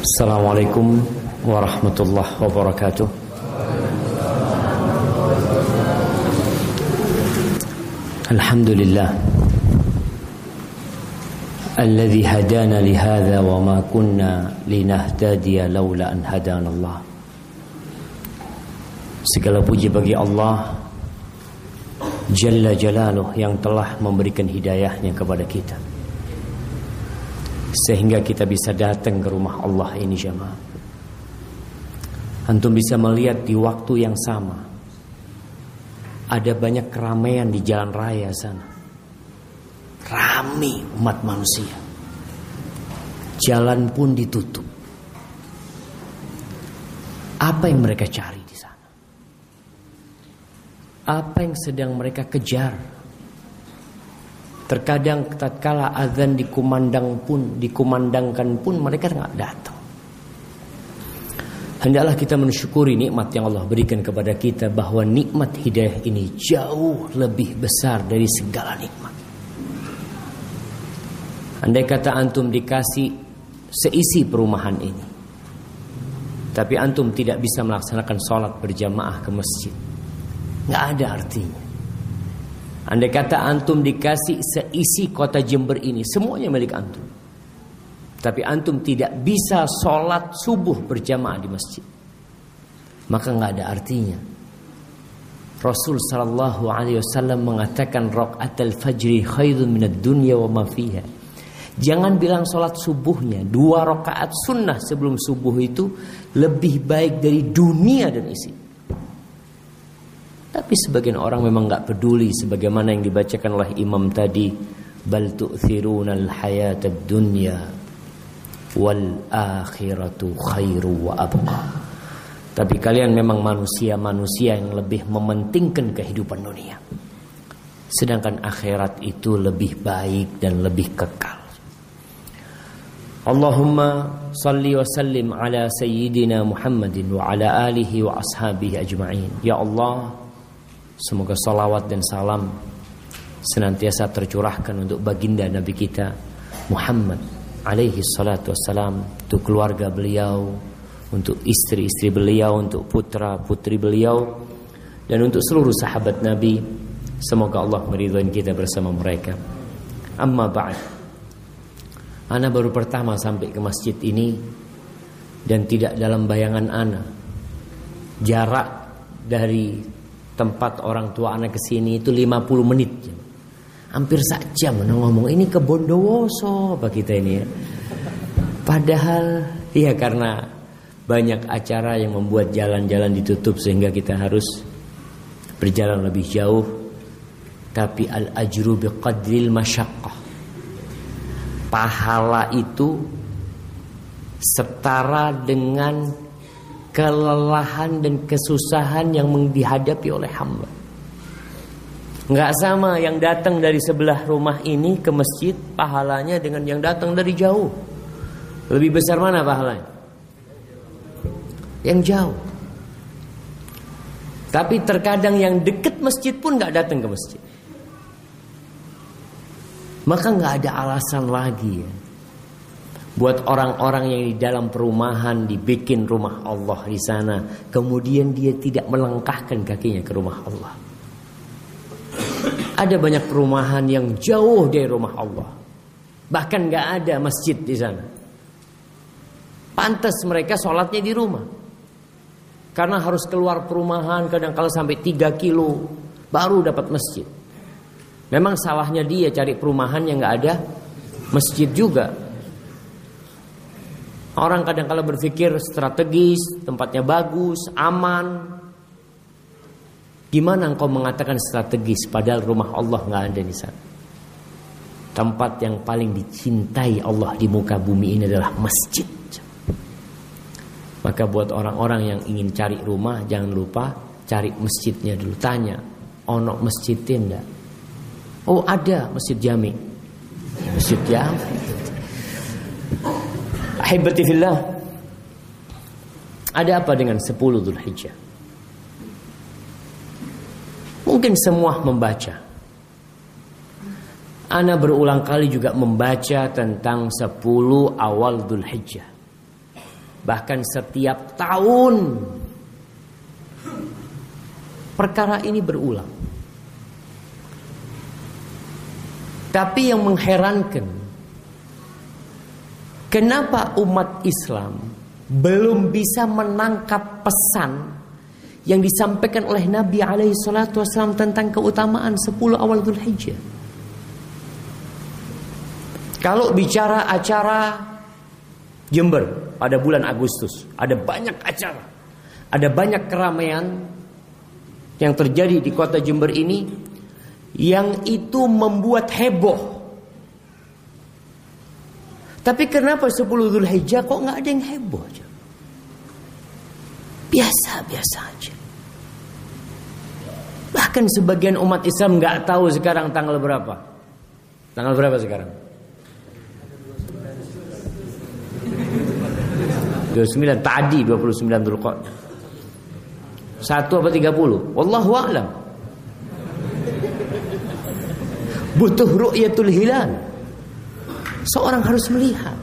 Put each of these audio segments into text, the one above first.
Assalamualaikum warahmatullahi wabarakatuh. Alhamdulillah alladzi hadana lihadza wa ma kunna linahtadiya laula an hadana Allah. Segala puji bagi Allah Jalla Jalaluh yang telah memberikan hidayahnya kepada kita sehingga kita bisa datang ke rumah Allah ini jamaah. Antum bisa melihat di waktu yang sama ada banyak keramaian di jalan raya sana. Ramai umat manusia. Jalan pun ditutup. Apa yang mereka cari di sana? Apa yang sedang mereka kejar? Terkadang tatkala azan dikumandangkan pun mereka nggak datang. Hendaklah kita mensyukuri nikmat yang Allah berikan kepada kita, bahwa nikmat hidayah ini jauh lebih besar dari segala nikmat. Andai kata antum dikasih seisi perumahan ini, tapi antum tidak bisa melaksanakan sholat berjamaah ke masjid, nggak ada artinya. Andai kata antum dikasih seisi kota Jember ini, semuanya milik antum, tapi antum tidak bisa sholat subuh berjamaah di masjid, maka nggak ada artinya. Rasul sallallahu alaihi wasallam mengatakan raqatul fajri khairun minad dunya wa ma fiha. Jangan bilang sholat subuhnya, 2 rakaat sunnah sebelum subuh itu lebih baik dari dunia dan isi. Tapi sebagian orang memang nggak peduli, sebagaimana yang dibacakan oleh imam tadi, bal tu'thirunal hayatad dunya wal akhiratu khairu wa abqa. Tapi kalian memang manusia-manusia yang lebih mementingkan kehidupan dunia, sedangkan akhirat itu lebih baik dan lebih kekal. Allahumma salli wa sallim ala sayyidina Muhammadin wa ala alihi wa ashabihi ajma'in. Ya Allah, semoga salawat dan salam senantiasa tercurahkan untuk baginda Nabi kita Muhammad alaihi salatu wassalam, untuk keluarga beliau, untuk istri-istri beliau, untuk putra-putri beliau, dan untuk seluruh sahabat Nabi. Semoga Allah meridhai kita bersama mereka. Amma ba'd. Ana baru pertama sampai ke masjid ini, dan tidak dalam bayangan ana jarak dari tempat orang tua anak ke sini itu 50 menit. Hampir sajam ngomong, ini ke Bondowoso apa kita ini ya. Padahal ya karena banyak acara yang membuat jalan-jalan ditutup sehingga kita harus berjalan lebih jauh. Tapi al-ajru biqadril masyaqqah. Pahala itu setara dengan kelelahan dan kesusahan yang dihadapi oleh hamba. Nggak sama yang datang dari sebelah rumah ini ke masjid pahalanya dengan yang datang dari jauh. Lebih besar mana pahalanya? Yang jauh. Tapi terkadang yang dekat masjid pun nggak datang ke masjid. Maka nggak ada alasan lagi ya, buat orang-orang yang di dalam perumahan dibikin rumah Allah di sana, kemudian dia tidak melangkahkan kakinya ke rumah Allah. Ada banyak perumahan yang jauh dari rumah Allah, bahkan nggak ada masjid di sana. Pantas mereka sholatnya di rumah, karena harus keluar perumahan kadang-kala sampai 3 kilo baru dapat masjid. Memang salahnya dia cari perumahan yang nggak ada masjid juga. Orang kadang-kala berpikir strategis, tempatnya bagus, aman. Gimana engkau mengatakan strategis padahal rumah Allah nggak ada di sana? Tempat yang paling dicintai Allah di muka bumi ini adalah masjid. Maka buat orang-orang yang ingin cari rumah, jangan lupa cari masjidnya dulu. Tanya, ono masjidnya enggak? Oh ada, masjid Jami. Masjid Jami. Ahibati fillah. Ada apa dengan 10 Dzulhijjah? Mungkin semua membaca. Ana berulang kali juga membaca tentang 10 awal Dzulhijjah. Bahkan setiap tahun perkara ini berulang. Tapi yang mengherankan, kenapa umat Islam belum bisa menangkap pesan yang disampaikan oleh Nabi alaihi salatu wasallam tentang keutamaan 10 awal Dzulhijjah? Kalau bicara acara Jember pada bulan Agustus, ada banyak acara, ada banyak keramaian yang terjadi di kota Jember ini, yang itu membuat heboh. Tapi kenapa 10 Dzulhijjah kok nggak ada yang heboh aja? Biasa-biasa aja. Bahkan sebagian umat Islam nggak tahu sekarang tanggal berapa. Tanggal berapa sekarang? 29, tadi 29 Dzulqa'dah. 1 apa 30? Wallahu a'lam. Butuh ru'yatul hilal. Seorang harus melihat.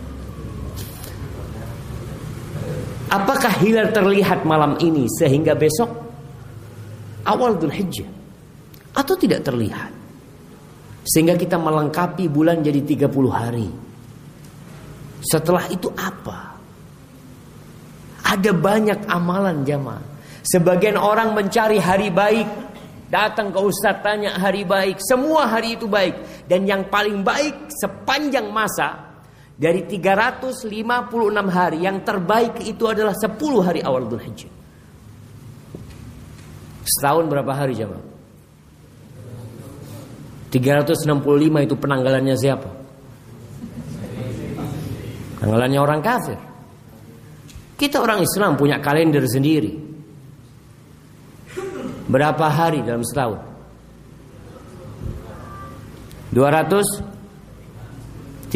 Apakah hilal terlihat malam ini sehingga besok awal Dzulhijjah, atau tidak terlihat? Sehingga kita melengkapi bulan jadi 30 hari. Setelah itu apa? Ada banyak amalan jamaah. Sebagian orang mencari hari baik, datang ke ustaz tanya hari baik. Semua hari itu baik. Dan yang paling baik sepanjang masa, dari 356 hari, yang terbaik itu adalah 10 hari awal Dzulhijjah. Setahun berapa hari jamaah? 365 itu penanggalannya siapa? Penanggalannya orang kafir. Kita orang Islam punya kalender sendiri. Berapa hari dalam setahun? 355,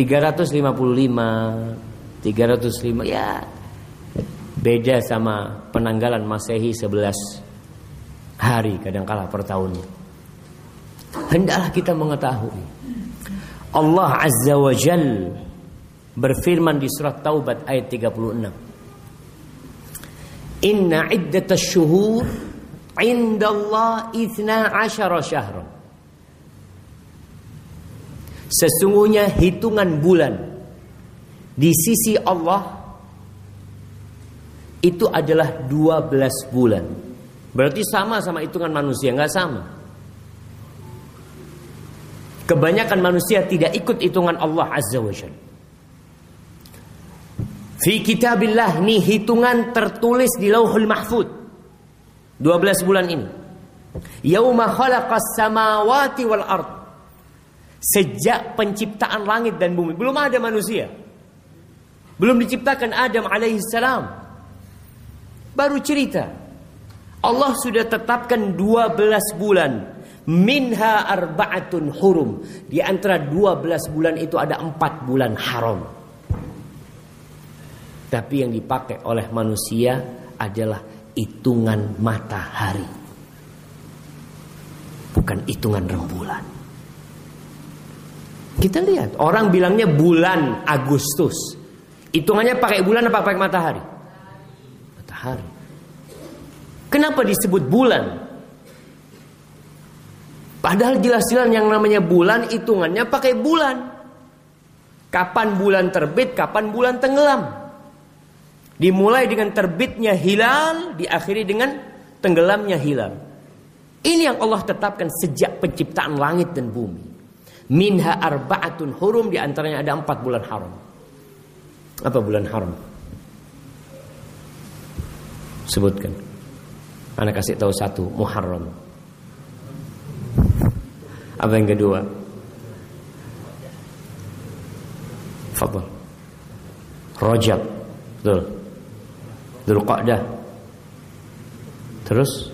305, ya beda sama penanggalan Masehi 11 hari kadangkala per tahunnya. Hendaklah kita mengetahui Allah Azza wa Jal berfirman di surat Taubat ayat 36. Inna iddatasy syuhur indallah 12 syahran. Sesungguhnya hitungan bulan di sisi Allah itu adalah 12 bulan. Berarti sama hitungan manusia? Enggak sama. Kebanyakan manusia tidak ikut hitungan Allah Azza wa Jalla. Fi kitabillah, nih hitungan tertulis di Lauhul Mahfuz. 12 bulan ini. Yauma khalaqas samawati wal ard. Sejak penciptaan langit dan bumi, belum ada manusia. Belum diciptakan Adam alaihissalam. Baru cerita. Allah sudah tetapkan 12 bulan. Minha arba'atun hurum. Di antara 12 bulan itu ada 4 bulan haram. Tapi yang dipakai oleh manusia adalah hitungan matahari, bukan hitungan rembulan. Kita lihat, orang bilangnya bulan Agustus. Hitungannya pakai bulan apa pakai matahari? Matahari. Kenapa disebut bulan? Padahal jelas-jelas yang namanya bulan hitungannya pakai bulan. Kapan bulan terbit, kapan bulan tenggelam. Dimulai dengan terbitnya hilal, diakhiri dengan tenggelamnya hilal. Ini yang Allah tetapkan sejak penciptaan langit dan bumi. Minha arba'atun hurum, di antaranya ada 4 bulan haram. Apa bulan haram? Sebutkan. Ana kasih tahu satu, Muharram. Apa yang kedua? Fadhal. Rajab. Betul. Dzulqa'dah. Terus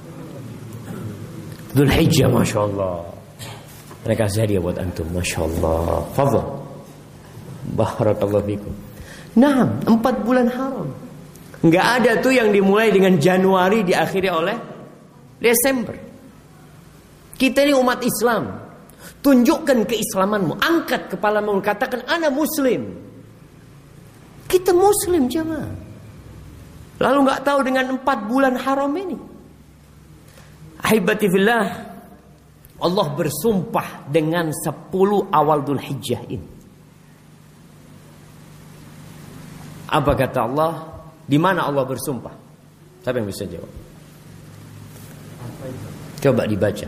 Dzulhijjah, Masya Allah. Mereka kasih hadiah buat antum, Masya Allah. Fadhal. Barakallahu fikum. Nah, 4 bulan haram. Enggak ada tuh yang dimulai dengan Januari diakhiri oleh Desember. Kita ini umat Islam. Tunjukkan keislamanmu, angkat kepalamu, katakan ana muslim. Kita muslim jemaah. Lalu nggak tahu dengan 4 bulan haram ini. Ahibati fillah, Allah bersumpah dengan 10 awal Dzulhijjah ini. Apa kata Allah? Di mana Allah bersumpah? Siapa yang bisa jawab? Coba dibaca.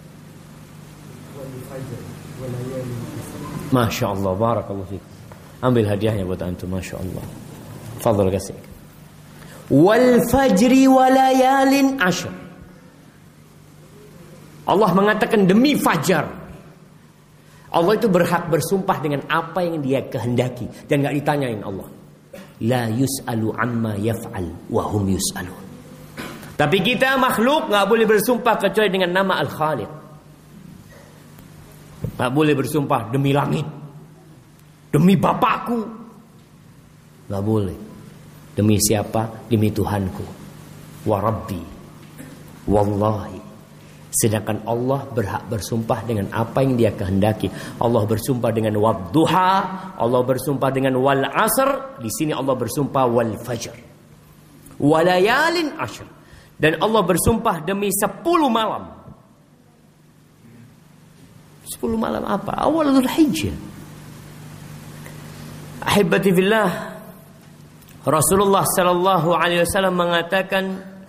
Masya Allah, barakallahu fiik. Ambil hadiahnya buat antum, Masya Allah. Fadhal kasih. Wal fajri walayalin ashr. Allah mengatakan demi fajar. Allah itu berhak bersumpah dengan apa yang dia kehendaki dan enggak ditanyain Allah. La yus'alu amma yaf'al wa hum yus'alun. Tapi kita makhluk enggak boleh bersumpah kecuali dengan nama Al-Khaliq. Enggak boleh bersumpah demi langit, demi bapakku. Enggak boleh. Demi siapa? Demi Tuhanku. Wa Rabbi. Wallahi. Sedangkan Allah berhak bersumpah dengan apa yang dia kehendaki. Allah bersumpah dengan wadduha, Allah bersumpah dengan wal asr. Di sini Allah bersumpah wal fajr. Walayalin ashr. Dan Allah bersumpah demi 10 malam. 10 malam apa? Awal Dzulhijjah. Ahibati fillah, Rasulullah sallallahu alaihi wasallam mengatakan,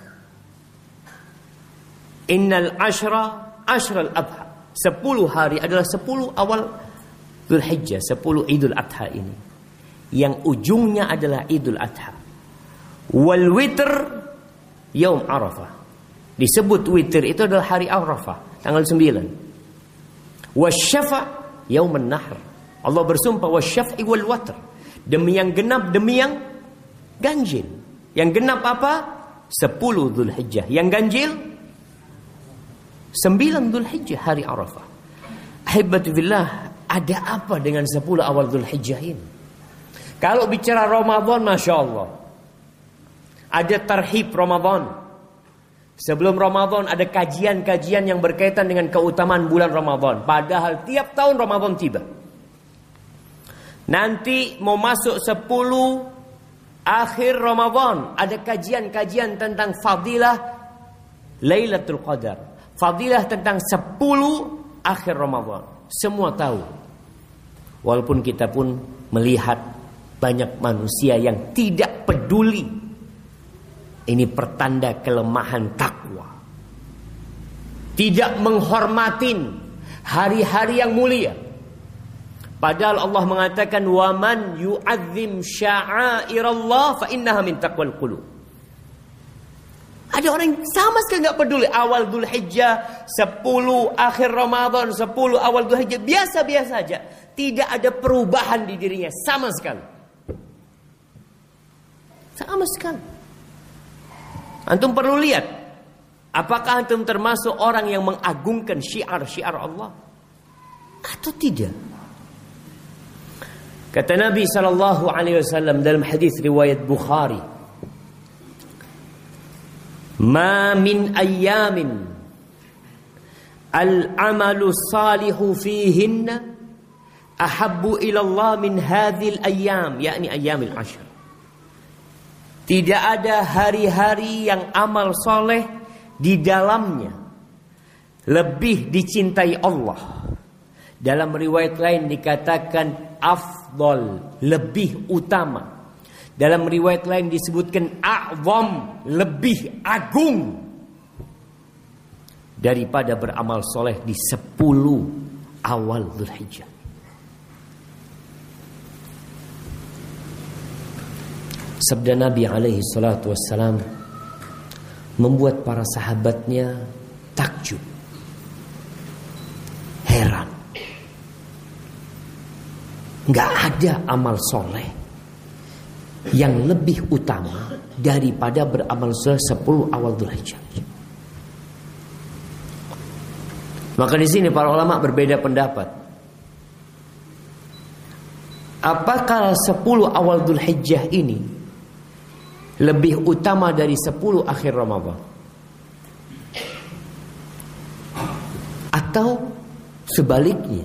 Innal ashral adha. 10 hari adalah 10 awal Dzulhijjah, 10 Idul Adha ini. Yang ujungnya adalah Idul Adha. Wal witr yaum Arafah. Disebut witir itu adalah hari Arafah, tanggal 9. Wasyafa yaumun nahr. Allah bersumpah wasyaf'i wal watr. Demi yang genap, demi yang ganjil. Yang genap apa? 10 Dzulhijjah. Yang ganjil 9 Dzulhijjah, hari Arafah. Ahibati fillah, ada apa dengan 10 awal Dzulhijjah ini? Kalau bicara Ramadan, Masya Allah, ada tarhib Ramadan. Sebelum Ramadan ada kajian-kajian yang berkaitan dengan keutamaan bulan Ramadan. Padahal tiap tahun Ramadan tiba. Nanti mau masuk 10 akhir Ramadan, ada kajian-kajian tentang fadilah Lailatul Qadar. Fadilah tentang 10 akhir Ramadan. Semua tahu. Walaupun kita pun melihat banyak manusia yang tidak peduli. Ini pertanda kelemahan takwa. Tidak menghormatin hari-hari yang mulia. Padahal Allah mengatakan waman yu'azzim sya'airallah fa innaha min taqwal qulub. Ada orang yang sama sekali enggak peduli awal Dzulhijjah, 10 akhir Ramadan, 10 awal Dzulhijjah, biasa-biasa saja. Tidak ada perubahan di dirinya sama sekali. Sama sekali. Antum perlu lihat, apakah antum termasuk orang yang mengagungkan syiar-syiar Allah atau tidak? Kata Nabi sallallahu alaihi wasallam dalam hadis riwayat Bukhari, "Ma min ayyamin al-amalu salihu fihinna ahabbu ila Allah min hadhil ayyam," yakni ayyamil ashr. Tidak ada hari-hari yang amal soleh di dalamnya lebih dicintai Allah. Dalam riwayat lain dikatakan afdol, lebih utama. Dalam riwayat lain disebutkan a'zam, lebih agung daripada beramal soleh di 10 awal Dzulhijjah. Sabda Nabi alaihi salatu wassalam membuat para sahabatnya takjub, heran. Gak ada amal soleh yang lebih utama daripada beramal soleh 10 awal Dzulhijjah. Maka di sini para ulama berbeda pendapat. Apakah 10 awal Dzulhijjah ini lebih utama dari 10 akhir Ramadan? Atau sebaliknya,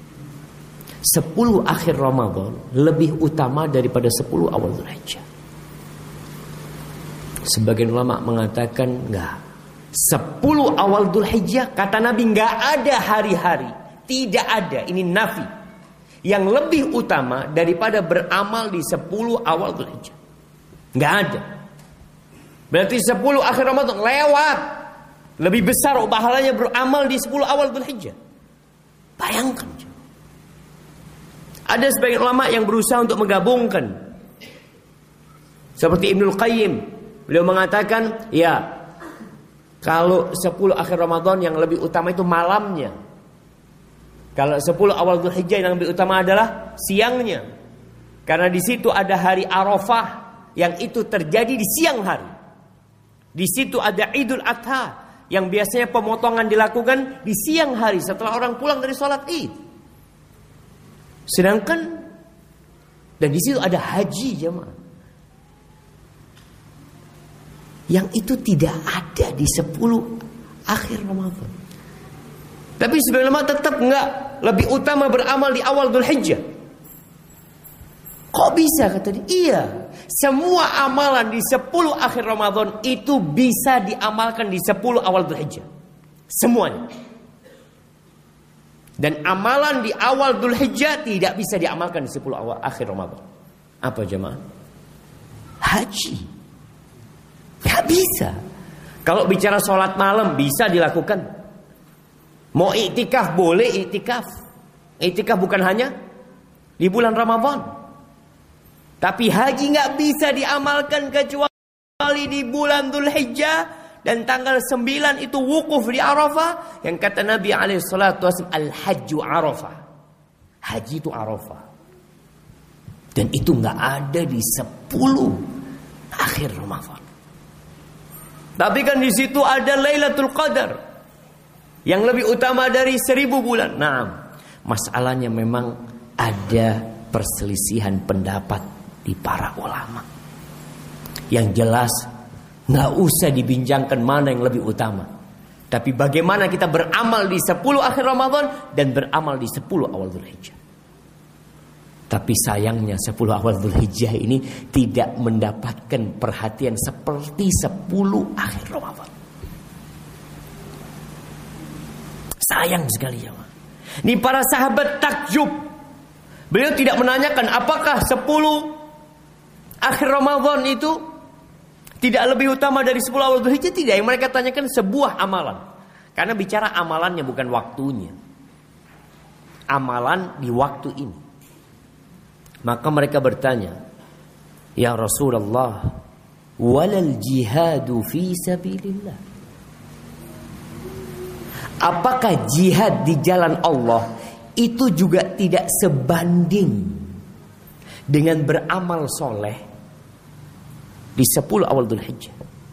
10 akhir Ramadan lebih utama daripada 10 awal Dzulhijjah? Sebagian ulama mengatakan enggak. 10 awal Dzulhijjah kata Nabi enggak ada hari-hari, tidak ada, ini nafi, yang lebih utama daripada beramal di 10 awal Dzulhijjah. Enggak ada. Berarti 10 akhir Ramadan lewat. Lebih besar pahalanya beramal di 10 awal Dzulhijjah. Bayangkan. Ada sebagian ulama yang berusaha untuk menggabungkan. Seperti Ibnul Qayyim, beliau mengatakan, ya, kalau 10 akhir Ramadan yang lebih utama itu malamnya. Kalau 10 awal Dzulhijjah yang lebih utama adalah siangnya. Karena di situ ada hari Arafah yang itu terjadi di siang hari. Di situ ada Idul Adha yang biasanya pemotongan dilakukan di siang hari setelah orang pulang dari sholat Id. Sedangkan dan di situ ada haji jemaah. Yang itu tidak ada di 10 akhir Ramadan. Tapi sebagian ulama tetap enggak, lebih utama beramal di awal Dzulhijjah. Kok bisa kata dia? Iya, semua amalan di 10 akhir Ramadan itu bisa diamalkan di 10 awal Dzulhijjah. Semuanya. Dan amalan di awal Dzulhijjah tidak bisa diamalkan di 10 awal akhir Ramadan. Apa jemaah? Haji. Gak bisa. Kalau bicara sholat malam bisa dilakukan. Mau iktikaf boleh iktikaf. Iktikaf bukan hanya di bulan Ramadan. Tapi haji gak bisa diamalkan kecuali di bulan Dzulhijjah. Dan tanggal 9 itu wukuf di Arafah. Yang kata Nabi SAW, Al-Hajju Arafah. Haji itu Arafah. Dan itu gak ada di 10 akhir Ramadan. Tapi kan di situ ada Lailatul Qadar yang lebih utama dari 1000 bulan. Nah, masalahnya memang ada perselisihan pendapat di para ulama. Yang jelas nggak usah dibincangkan mana yang lebih utama. Tapi bagaimana kita beramal di 10 akhir Ramadan dan beramal di 10 awal Dzulhijjah. Tapi sayangnya 10 awal Dzulhijjah ini tidak mendapatkan perhatian seperti 10 akhir Ramadan. Sayang sekali ya. Ini para sahabat takjub. Beliau tidak menanyakan apakah 10 akhir Ramadan itu tidak lebih utama dari 10 awal Dzulhijjah. Tidak, yang mereka tanyakan sebuah amalan. Karena bicara amalannya bukan waktunya. Amalan di waktu ini. Maka mereka bertanya, ya Rasulullah, walal jihadu fi sabilillah. Apakah jihad di jalan Allah itu juga tidak sebanding dengan beramal soleh di 10 awal Dzulhijjah?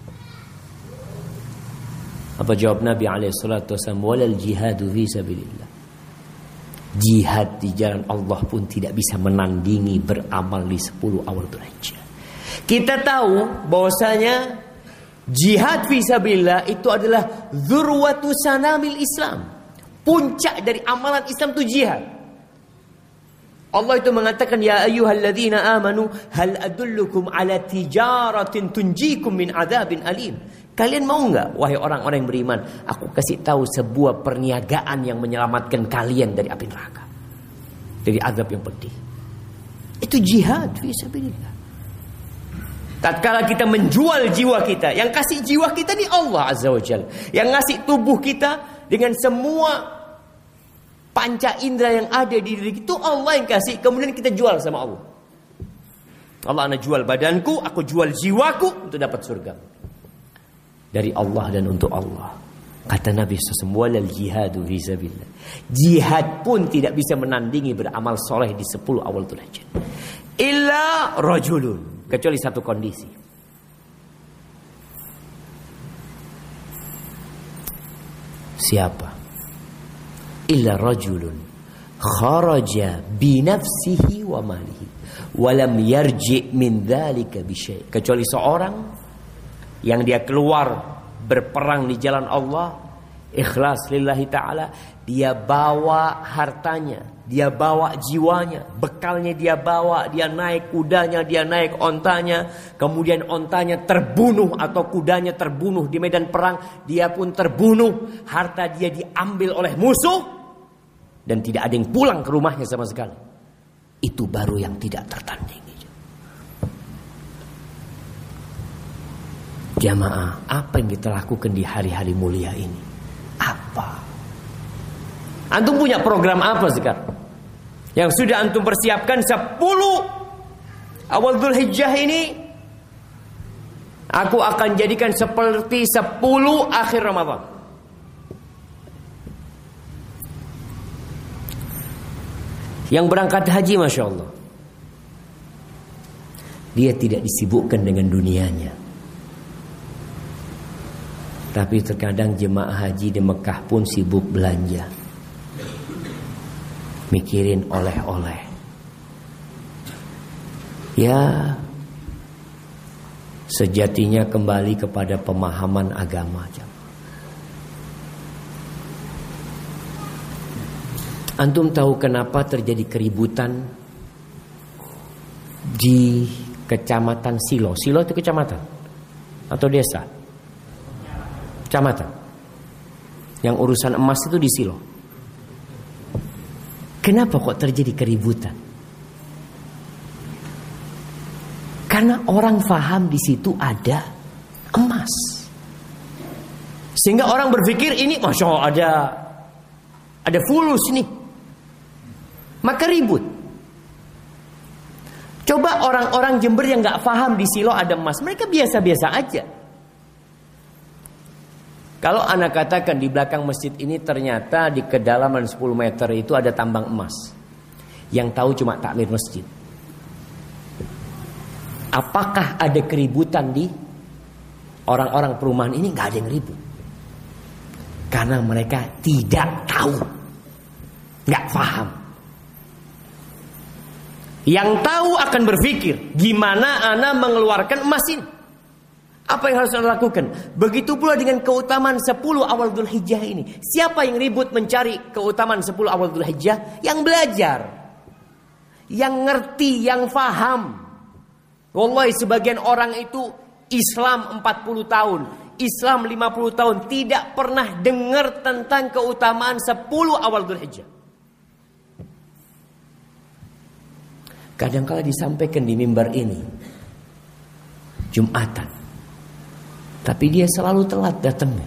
Apa jawab Nabi SAW? Walal jihadu fi sabilillah. Jihad di jalan Allah pun tidak bisa menandingi beramal di 10 awal Dzulhijjah. Kita tahu bahwasanya jihad fisabilillah itu adalah dzurwatu sanamil Islam. Puncak dari amalan Islam itu jihad. Allah itu mengatakan, ya ayyuhalladzina amanu hal adullukum ala tijaratin tunjikum min adzabin alim. Kalian mau enggak, wahai orang-orang yang beriman, aku kasih tahu sebuah perniagaan yang menyelamatkan kalian dari api neraka, dari azab yang pedih. Itu jihad fisabilillah. Tatkala kita menjual jiwa kita, yang kasih jiwa kita di Allah Azza wa Jalla, yang ngasih tubuh kita dengan semua panca indera yang ada di diri itu Allah yang kasih, kemudian kita jual sama Allah. Allah, ana jual badanku, aku jual jiwaku untuk dapat surga. Dari Allah dan untuk Allah. Kata Nabi SAW, walal jihadu fisabilillah. Jihad pun tidak bisa menandingi beramal soleh di 10 awal Dzulhijjah. Illa rajulun. Kecuali satu kondisi. Siapa? Illa rajulun kharaja binafsihi wa malihi walam yarji' min dzalika bisyai'. Kecuali seorang yang dia keluar berperang di jalan Allah, ikhlas lillahi ta'ala, dia bawa hartanya, dia bawa jiwanya, bekalnya dia bawa, dia naik kudanya, dia naik ontanya, kemudian ontanya terbunuh atau kudanya terbunuh di medan perang, dia pun terbunuh, harta dia diambil oleh musuh, dan tidak ada yang pulang ke rumahnya sama sekali. Itu baru yang tidak tertandingi. Jamaah, apa yang kita lakukan di hari-hari mulia ini? Apa? Antum punya program apa sekarang? Yang sudah antum persiapkan 10 awal Dzulhijjah ini, aku akan jadikan seperti 10 akhir Ramadan. Yang berangkat haji, Masya Allah, dia tidak disibukkan dengan dunianya. Tapi terkadang jemaah haji di Mekah pun sibuk belanja, mikirin oleh-oleh. Ya, sejatinya kembali kepada pemahaman agama. Antum tahu kenapa terjadi keributan di kecamatan Silo? Silo itu kecamatan atau desa? Kecamatan. Yang urusan emas itu di Silo. Kenapa kok terjadi keributan? Karena orang faham di situ ada emas. Sehingga orang berpikir ini Masya Allah ada fulus nih. Maka ribut. Coba orang-orang Jember yang gak faham di Silo ada emas, mereka biasa-biasa aja. Kalau anak katakan di belakang masjid ini ternyata di kedalaman 10 meter itu ada tambang emas, yang tahu cuma takmir masjid. Apakah ada keributan di orang-orang perumahan ini? Gak ada yang ribut. Karena mereka tidak tahu, gak paham. Yang tahu akan berpikir, gimana ana mengeluarkan emas ini? Apa yang harus anda lakukan? Begitu pula dengan keutamaan 10 awal Dzulhijjah ini. Siapa yang ribut mencari keutamaan 10 awal Dzulhijjah? Yang belajar, yang ngerti, yang faham. Wallahi sebagian orang itu Islam 40 tahun, Islam 50 tahun, tidak pernah dengar tentang keutamaan 10 awal Dzulhijjah. Kadang-kala disampaikan di mimbar ini Jumatan, tapi dia selalu telat datangnya.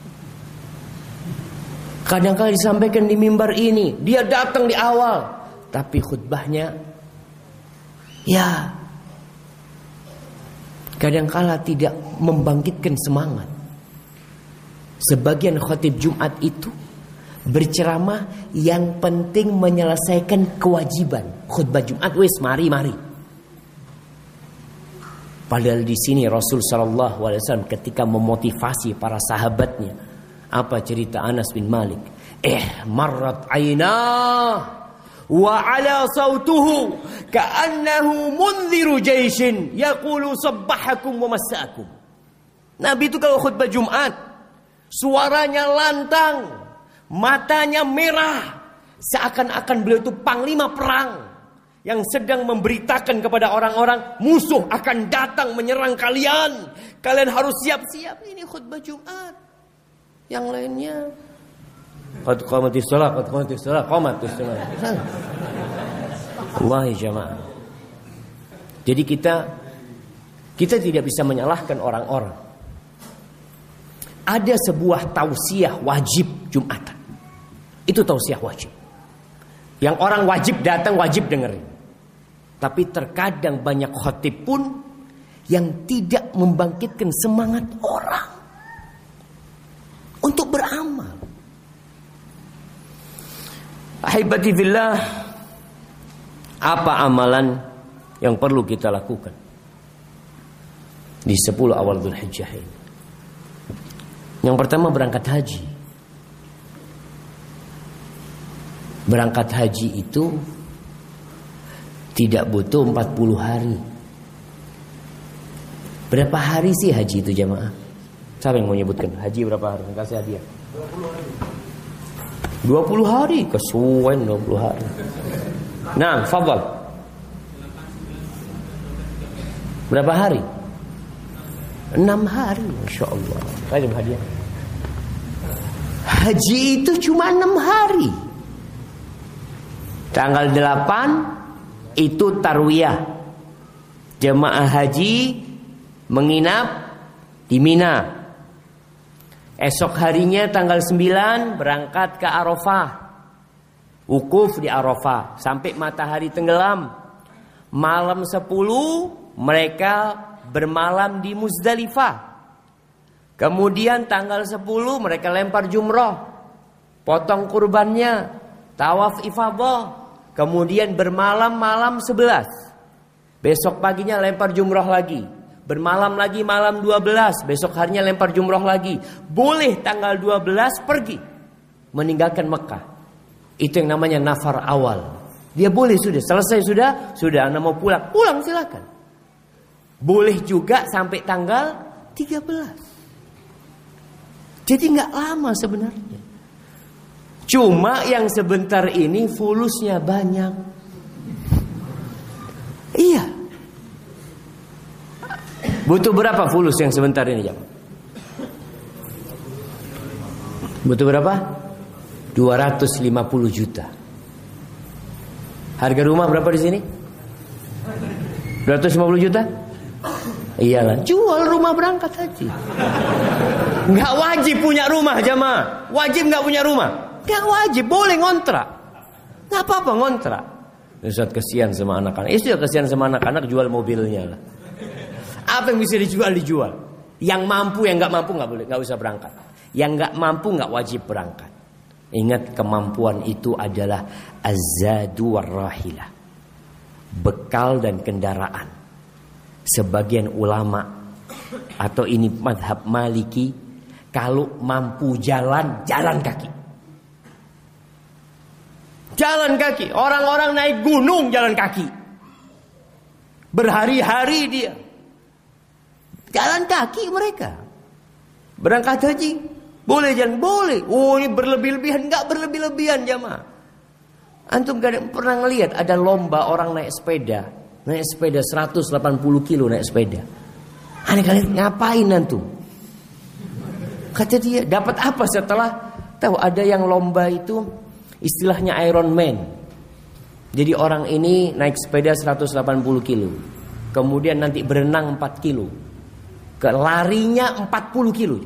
Kadang-kala disampaikan di mimbar ini, dia datang di awal, tapi khutbahnya ya kadang-kala tidak membangkitkan semangat. Sebagian khatib Jumat itu berceramah yang penting menyelesaikan kewajiban. Khutbah Jumat wes mari. Padahal di sini Rasul sallallahu alaihi wasallam ketika memotivasi para sahabatnya, apa cerita Anas bin Malik? Marrat aynah wa ala sautuhu ka'annahu mundhiru jaishin yaqulu sabbahakum wa massakum. Nabi itu kalau khutbah Jumat suaranya lantang, matanya merah, seakan-akan beliau itu panglima perang yang sedang memberitakan kepada orang-orang musuh akan datang menyerang kalian. Kalian harus siap-siap. Ini khutbah Jumat. Yang lainnya qad qamatis shalah, qad qamatis shalah, qamatis shalah. Wallahi jamaah. Jadi kita tidak bisa menyalahkan orang-orang. Ada sebuah tausiah wajib Jumatan. Itu tausiah wajib. Yang orang wajib datang, wajib dengerin. Tapi terkadang banyak khatib pun yang tidak membangkitkan semangat orang untuk beramal. Ahibati fillah, apa amalan yang perlu kita lakukan di 10 awal Dzulhijjah ini? Yang pertama, berangkat haji. Berangkat haji itu tidak butuh 40 hari. Berapa hari sih haji itu jamaah? 1 Siapa yang mau nyebutkan? Haji berapa hari? Kasih hadiah. 20 hari. Kesuwen 20 hari. Nah, fadhal. Berapa hari? 6 hari. Masya Allah. Kasih hadiah. Haji itu cuma 6 hari. Tanggal 8 itu tarwiyah. Jemaah haji menginap di Mina. Esok harinya tanggal 9 berangkat ke Arafah. Wukuf di Arafah sampai matahari tenggelam. Malam 10 mereka bermalam di Muzdalifah. Kemudian tanggal 10 mereka lempar jumroh, potong kurbannya, tawaf ifadah. Kemudian bermalam malam 11. Besok paginya lempar jumroh lagi. Bermalam lagi malam 12. Besok harinya lempar jumroh lagi. Boleh tanggal 12 pergi meninggalkan Mekah. Itu yang namanya nafar awal. Dia boleh sudah, selesai sudah Anda mau pulang, pulang silakan. Boleh juga sampai tanggal 13. Jadi nggak lama sebenarnya. Cuma yang sebentar ini fulusnya banyak. Iya. Butuh berapa fulus yang sebentar ini, Jam? Butuh berapa? 250 juta. Harga rumah berapa di sini? 250 juta? Iyalah, jual rumah berangkat haji. Nggak wajib punya rumah, jamaah. Wajib nggak punya rumah? Nggak wajib, boleh ngontrak. Nggak apa-apa ngontrak. Ustaz kesian sama anak-anak. Sudah kesian sama anak-anak, jual mobilnya lah. Apa yang bisa dijual? Yang mampu, yang nggak mampu nggak boleh, nggak usah berangkat. Yang nggak mampu nggak wajib berangkat. Ingat, kemampuan itu adalah az-zadu war-rahilah, bekal dan kendaraan. Sebagian ulama atau ini madhab Maliki, kalau mampu jalan kaki. Jalan kaki. Orang-orang naik gunung jalan kaki. Berhari-hari dia jalan kaki mereka. Berangkat haji boleh jalan, boleh. Oh, ini berlebih-lebihan? Enggak berlebih-lebihan, jamaah. Antum gak pernah ngelihat ada lomba orang naik sepeda 180 kilo naik sepeda. Aneh kalian, ngapain antum? Kata dia, dapat apa setelah tahu ada yang lomba itu istilahnya Iron Man. Jadi orang ini naik sepeda 180 kilo. Kemudian nanti berenang 4 kilo. Larinya 40 kilo.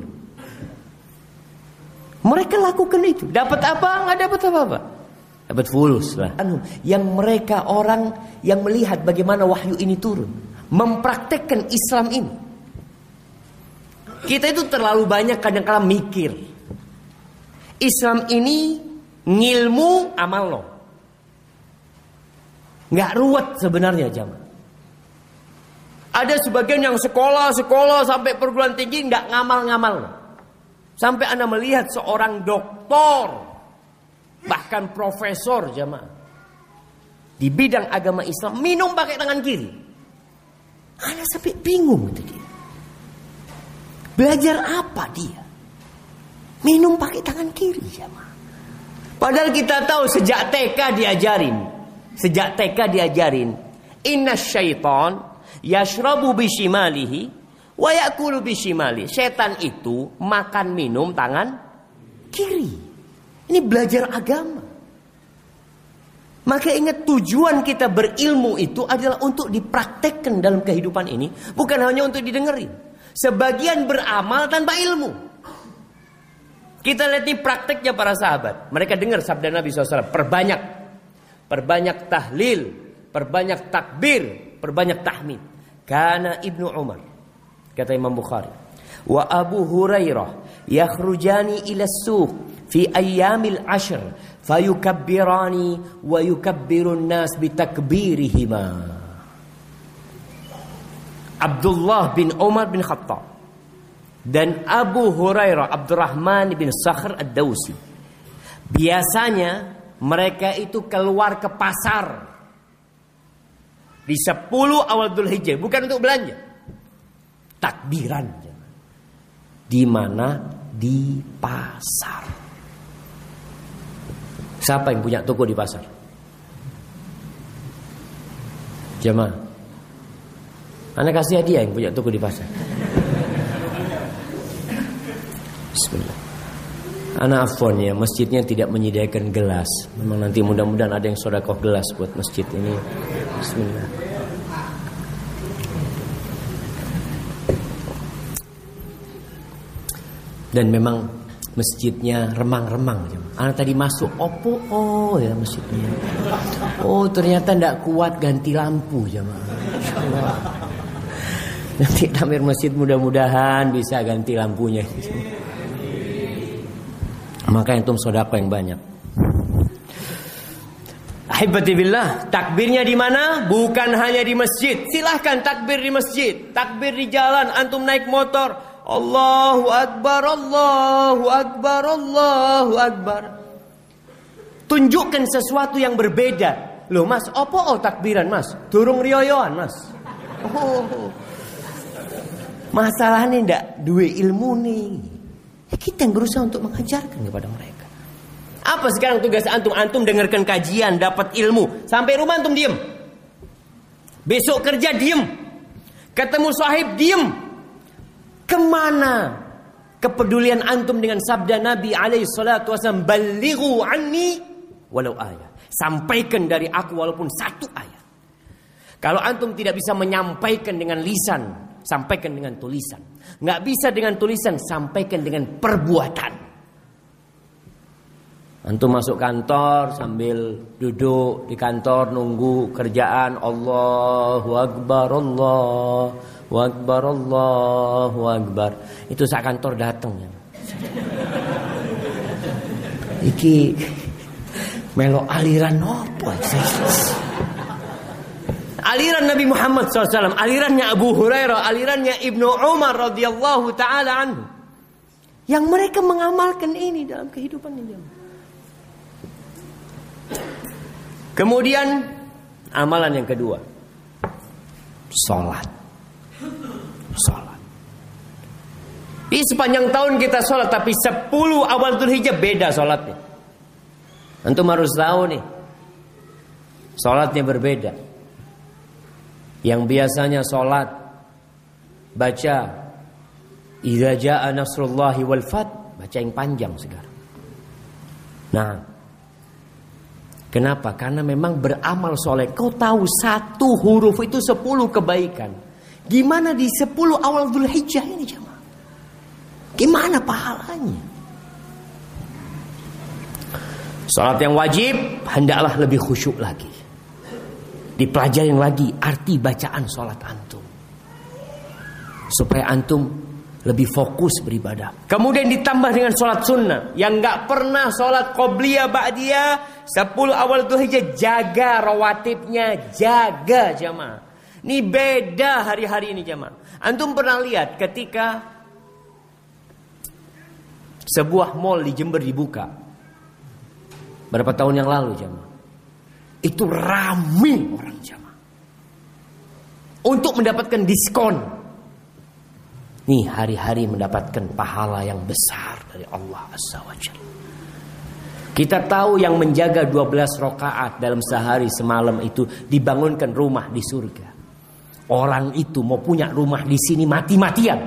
Mereka lakukan itu. Dapat apa? Nggak dapat apa-apa. Dapat fulus lah. Yang mereka orang yang melihat bagaimana wahyu ini turun, mempraktekkan Islam ini. Kita itu terlalu banyak kadang-kala mikir. Islam ini ngilmu amal lo. Nggak ruwet sebenarnya, jamaah. Ada sebagian yang sekolah sampai perguruan tinggi nggak ngamal-ngamal. Sampai Anda melihat seorang doktor, bahkan profesor, jamaah, di bidang agama Islam minum pakai tangan kiri. Anda sampai bingung itu dia. Belajar apa dia? Minum pakai tangan kiri, jamaah. Padahal kita tahu sejak TK diajarin, inna syaitan yashrabu bishimalihi wa yakulu bishimali. Setan itu makan minum tangan kiri. Ini belajar agama. Maka ingat, tujuan kita berilmu itu adalah untuk dipraktekkan dalam kehidupan ini, bukan hanya untuk didengerin. Sebagian beramal tanpa ilmu. Kita lihat nih prakteknya para sahabat. Mereka dengar sabda Nabi SAW, perbanyak tahlil, perbanyak takbir, perbanyak tahmid. Kana Ibnu Umar, kata Imam Bukhari, wa Abu Hurairah yakhrujani ila suq fi ayyamil ashr fayukabbirani wa yukabbirun nas bitakbirihima. Abdullah bin Umar bin Khattab dan Abu Hurairah Abdurrahman bin Sakhr ad-Dawsi, biasanya mereka itu keluar ke pasar di 10 awal Dzulhijjah, bukan untuk belanja, takbiran. Di mana? Di pasar. Siapa yang punya toko di pasar? Jemaah, Anda kasih hadiah yang punya toko di pasar. Bismillah. Ana afwan ya, masjidnya tidak menyediakan gelas. Memang nanti mudah-mudahan ada yang sedekah gelas buat masjid ini. Bismillah. Dan memang masjidnya remang-remang. Anak tadi masuk, oh ya masjidnya. Oh ternyata tidak kuat ganti lampu jemaah. Nanti takmir masjid mudah-mudahan bisa ganti lampunya. Maka antum sedekah yang banyak. Ahibati billah, takbirnya di mana? Bukan hanya di masjid. Silahkan takbir di masjid, takbir di jalan, antum naik motor. Allahu Akbar, Allahu Akbar, Allahu Akbar. Tunjukkan sesuatu yang berbeda. Loh mas, apa takbiran mas? Durung riyoyoan mas. Masalahnya ndak duwe ilmu nih. Kita yang berusaha untuk mengajarkan kepada mereka. Apa sekarang tugas antum? Antum dengarkan kajian, dapat ilmu. Sampai rumah antum diem. Besok kerja diem. Ketemu sahib diem. Kemana kepedulian antum dengan sabda Nabi alaihi salatu wasallam, "Ballighu anni walau ayat." Sampaikan dari aku walaupun satu ayat. Kalau antum tidak bisa menyampaikan dengan lisan, sampaikan dengan tulisan. Nggak bisa dengan tulisan, sampaikan dengan perbuatan. Antum masuk kantor sambil duduk di kantor nunggu kerjaan. Allahu Akbar, Allahu Akbar, Allahu Akbar. Itu sak kantor datang ya. Iki melo aliran apa? Aliran Nabi Muhammad SAW, alirannya Abu Hurairah, alirannya Ibnu Umar radhiyallahu taala anhu. Yang mereka mengamalkan ini dalam kehidupan ini. Kemudian amalan yang kedua, sholat. Di sepanjang tahun kita sholat, tapi 10 awal Dzulhijjah beda sholatnya. Antum harus tahu nih, sholatnya berbeda. Yang biasanya sholat baca idza jaa nasrullahi wal fath, baca yang panjang sekarang. Nah, kenapa? Karena memang beramal soleh. Kau tahu satu huruf itu 10 kebaikan. Gimana di 10 awal Dzulhijjah ini jemaah? Gimana pahalanya? Salat yang wajib hendaklah lebih khusyuk lagi. Dipelajari lagi arti bacaan salat antum. Supaya antum lebih fokus beribadah. Kemudian ditambah dengan salat sunnah. Yang gak pernah salat qobliyah ba'diyah 10 awal Dzulhijjah, jaga rawatibnya, jaga jamaah. Ini beda hari-hari ini jamaah. Antum pernah lihat ketika sebuah mall di Jember dibuka berapa tahun yang lalu jamaah, itu ramai orang jamaah untuk mendapatkan diskon. Nih hari-hari mendapatkan pahala yang besar dari Allah Azza wa Jalla. Kita tahu yang menjaga 12 rakaat dalam sehari semalam itu dibangunkan rumah di surga. Orang itu mau punya rumah di sini mati-matian.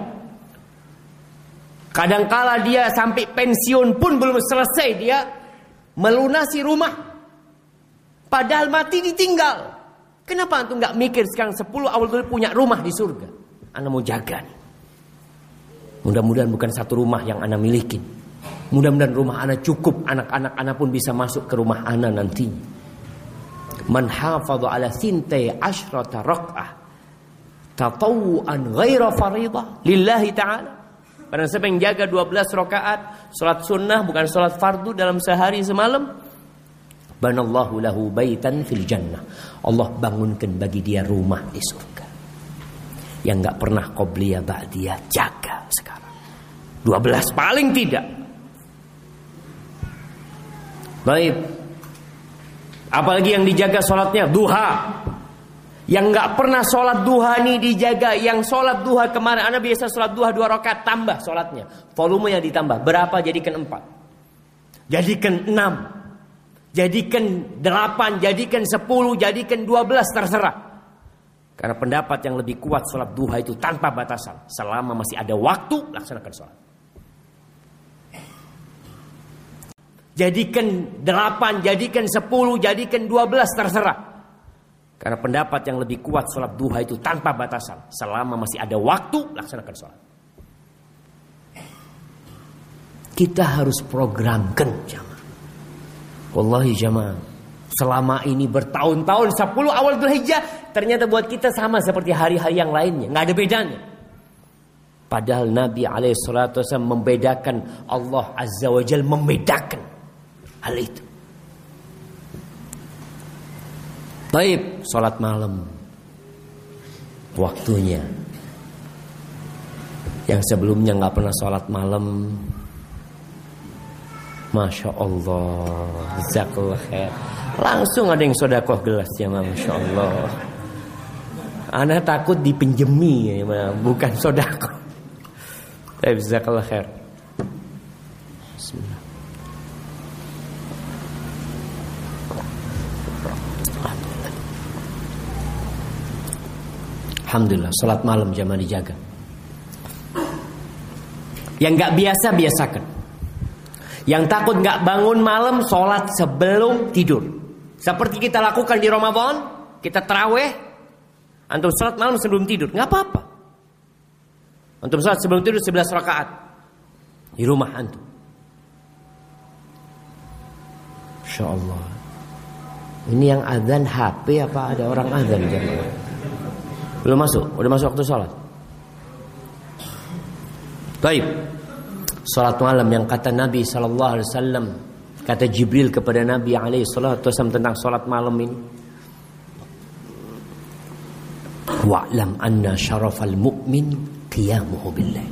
Kadangkala dia sampai pensiun pun belum selesai dia melunasi rumah. Padahal mati ditinggal. Kenapa antum nggak mikir sekarang 10 awal dulu punya rumah di surga? Anda mau jaga nih. Mudah-mudahan bukan satu rumah yang Anda miliki. Mudah-mudahan rumah Anda cukup, anak-anak Anda pun bisa masuk ke rumah Anda nantinya. Man hafadha ala thintai asyrata rak'ah tatawuan ghaira faridah lillahi ta'ala. Karena siapa yang jaga 12 rakaat salat sunnah bukan salat fardu dalam sehari semalam, banallahu lahu baitan fil jannah. Allah bangunkan bagi dia rumah di surga. Yang enggak pernah qobliyah ba'diyah jaga sekarang. 12 paling tidak. Baik. Apalagi yang dijaga salatnya duha. Yang nggak pernah sholat duha nih dijaga. Yang sholat duha kemarin, Anda biasa sholat duha 2 rakaat, tambah sholatnya. Volumenya ditambah. Berapa? Jadikan 4. Jadikan 6. Jadikan 8. Jadikan 10. Jadikan 12. Terserah. Karena pendapat yang lebih kuat, sholat duha itu tanpa batasan. Selama masih ada waktu, laksanakan sholat. Jadikan 8. Jadikan 10. Jadikan 12. Terserah. Karena pendapat yang lebih kuat, sholat duha itu tanpa batasan. Selama masih ada waktu, laksanakan sholat. Kita harus programkan jamaah. Wallahi jamaah, selama ini bertahun-tahun 10 awal Dzulhijjah, ternyata buat kita sama seperti hari-hari yang lainnya. Nggak ada bedanya. Padahal Nabi SAW membedakan, Allah Azza wa Jalla membedakan hal itu. Taib, sholat malam waktunya. Yang sebelumnya nggak pernah sholat malam, Masya Allah, jazakallah khair. Langsung ada yang sedekah gelas ya, Masya Allah. Ana takut dipinjemi ya, bukan sedekah. Taib, jazakallah khair. Bismillah. Alhamdulillah, salat malam jamaah dijaga. Yang gak biasa, biasakan. Yang takut gak bangun malam, salat sebelum tidur. Seperti kita lakukan di Ramadan, kita tarawih, antum salat malam sebelum tidur, gak apa-apa. Antum salat sebelum tidur 11 rakaat di rumah antum. Insya Allah. Ini yang azan HP apa ada orang azan jamaah? Belum masuk, udah masuk waktu sholat. Baik. Sholat malam yang kata Nabi SAW, kata Jibril kepada Nabi SAW tentang sholat malam ini. Wa'lam anna syarafal mu'min qiyamuhu billah.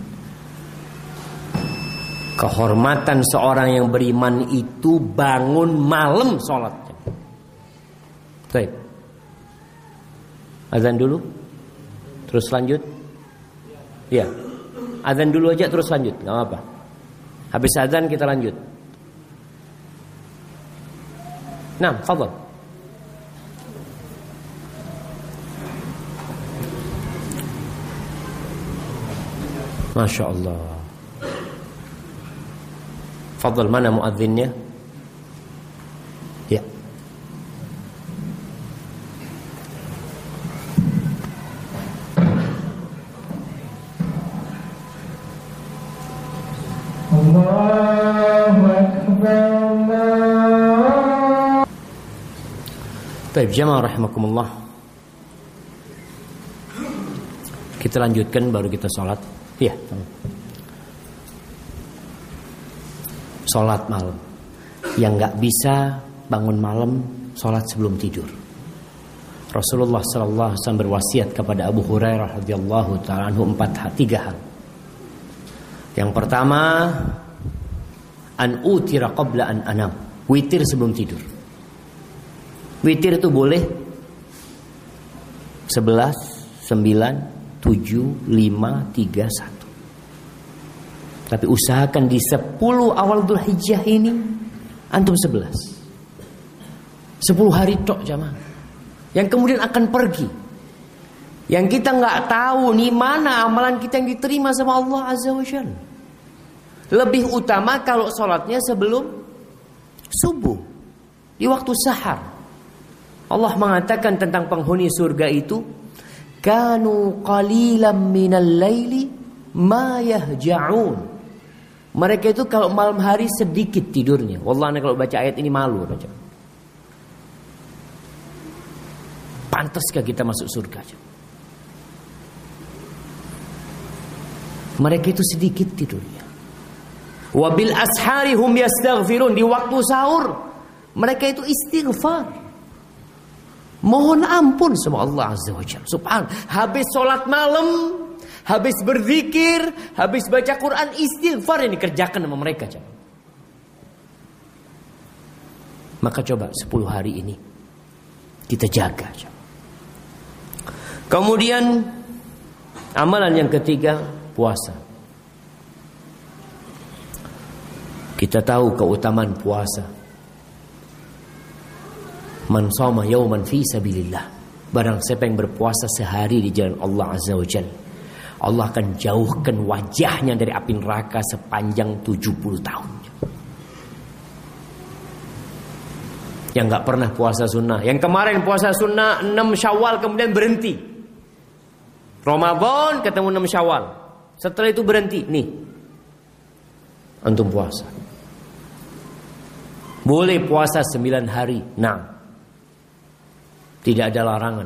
Kehormatan seorang yang beriman itu bangun malam sholatnya. Baik. Azan dulu. Terus lanjut. Ya. Azan dulu aja terus lanjut, enggak apa-apa. Habis azan kita lanjut. Nah, fadhal. Masya Allah. Fadhal, mana muadzinnya? Ya. Baik, jamaah rahimakumullah. Kita lanjutkan baru kita sholat. Iya. Sholat malam. Yang gak bisa bangun malam, sholat sebelum tidur. Rasulullah SAW berwasiat kepada Abu Hurairah radhiyallahu ta'ala anhu 3 hal. Yang pertama, an utira qabla an anam. Witir sebelum tidur. Witir itu boleh 11, 9, 7, 5, 3, 1. Tapi usahakan di 10 awal Dzulhijjah ini antum 11. 10 hari tok jamaah. Yang kemudian akan pergi. Yang kita nggak tahu nih mana amalan kita yang diterima sama Allah Azza wa Jalla. Lebih utama kalau sholatnya sebelum subuh, di waktu sahar. Allah mengatakan tentang penghuni surga itu, kanu qalilan minal laili ma yahja'un. Mereka itu kalau malam hari sedikit tidurnya. Wallahi kalau baca ayat ini malu baca. Pantaskah kita masuk surga? Mereka itu sedikit tidurnya. Wabil ashari hum yastaghfirun. Di waktu sahur mereka itu istighfar. Mohon ampun sama Allah Azza wa Jalla. Subhanallah. Habis sholat malam, habis berzikir, habis baca Quran, istighfar yang dikerjakan sama mereka. Maka coba 10 hari ini kita jaga. Kemudian amalan yang ketiga, puasa. Kita tahu keutamaan puasa. Man shoma yawman fi sabilillah. Barang siapa yang berpuasa sehari di jalan Allah Azza wa Jalla, Allah akan jauhkan wajahnya dari api neraka sepanjang 70 tahun. Yang gak pernah puasa sunnah, yang kemarin puasa sunnah 6 Syawal kemudian berhenti, Ramadan ketemu 6 Syawal, setelah itu berhenti. Nih, antum puasa. Boleh puasa 9 hari. Nah, tidak ada larangan.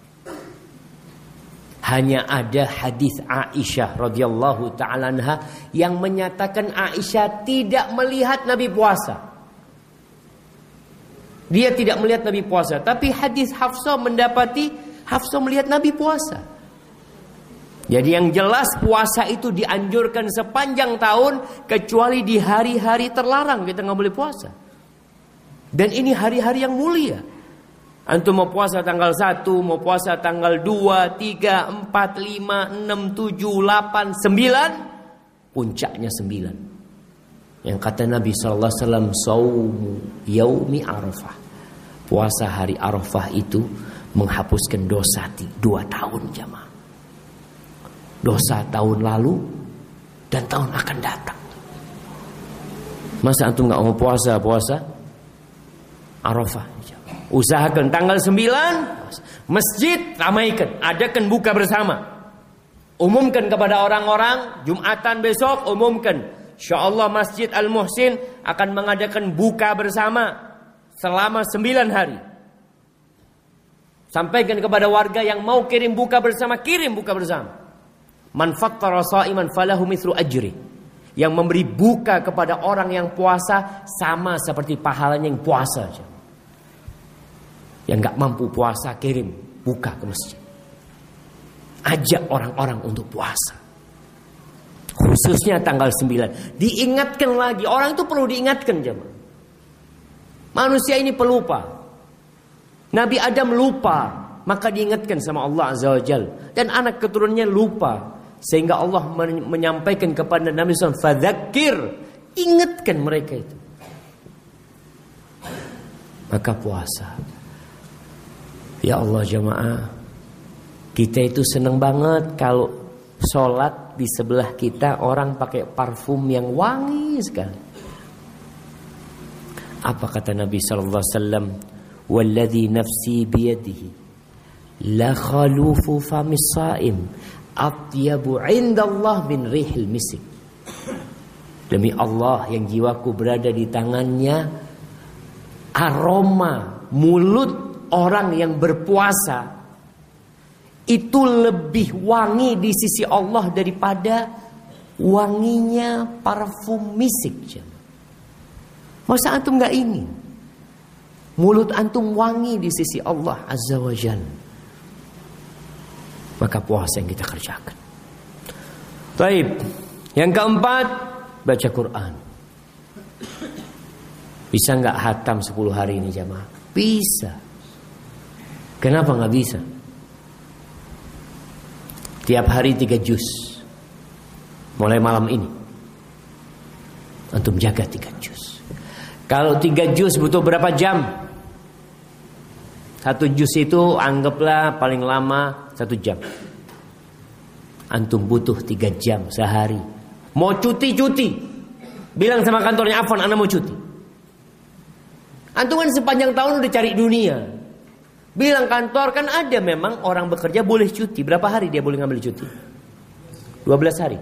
Hanya ada hadis Aisyah radhiyallahu ta'ala anha yang menyatakan Aisyah tidak melihat Nabi puasa. Dia tidak melihat Nabi puasa, tapi hadis Hafsah mendapati Hafsah melihat Nabi puasa. Jadi yang jelas puasa itu dianjurkan sepanjang tahun, kecuali di hari-hari terlarang kita nggak boleh puasa. Dan ini hari-hari yang mulia. Antum mau puasa tanggal 1, mau puasa tanggal 2, 3, 4, 5, 6, 7, 8, 9, puncaknya 9. Yang kata Nabi sallallahu alaihi wasallam, "Shaumu yaumi Arafah." Puasa hari Arafah itu menghapuskan dosa 2 tahun jamaah. Dosa tahun lalu dan tahun akan datang. Masa antum enggak mau puasa Arafah? Usahakan tanggal 9 masjid ramaikan, adakan buka bersama. Umumkan kepada orang-orang Jumatan besok, umumkan insyaallah Masjid Al-Muhsin akan mengadakan buka bersama selama 9 hari. Sampaikan kepada warga yang mau kirim buka bersama, kirim buka bersama. Man fattara sha'iman falahu mithlu ajri. Yang memberi buka kepada orang yang puasa sama seperti pahalanya yang puasa aja. Yang gak mampu puasa, kirim buka ke masjid. Ajak orang-orang untuk puasa. Khususnya tanggal 9. Diingatkan lagi. Orang itu perlu diingatkan jemaah. Manusia ini pelupa. Nabi Adam lupa, maka diingatkan sama Allah Azza wa Jalla. Dan anak keturunannya lupa, sehingga Allah menyampaikan kepada Nabi SAW, "Fadzakir," ingatkan mereka itu. Maka puasa. Ya Allah jemaah, kita itu senang banget kalau sholat di sebelah kita orang pakai parfum yang wangi sekali. Apa kata Nabi sallallahu alaihi wasallam? "Walladzi nafsi biyadihi la khalufu famis shaim atyabu 'indallah min rihil misik." Demi Allah yang jiwaku berada di tangannya, aroma mulut orang yang berpuasa itu lebih wangi di sisi Allah daripada wanginya parfum misik. Masa antum gak ingin mulut antum wangi di sisi Allah Azza wa Jalla? Maka puasa yang kita kerjakan. Baik, yang keempat, baca Quran. Bisa gak hatam 10 hari ini jamaah? Bisa. Kenapa gak bisa? Tiap hari 3 juz. Mulai malam ini antum jaga 3 juz. Kalau 3 juz butuh berapa jam? 1 juz itu anggaplah paling lama 1 jam. Antum butuh 3 jam sehari. Mau cuti. Bilang sama kantornya, "Afwan, ana mau cuti." Antum kan sepanjang tahun udah cari dunia. Bilang kantor, kan ada memang orang bekerja boleh cuti. Berapa hari dia boleh ngambil cuti? 12 hari.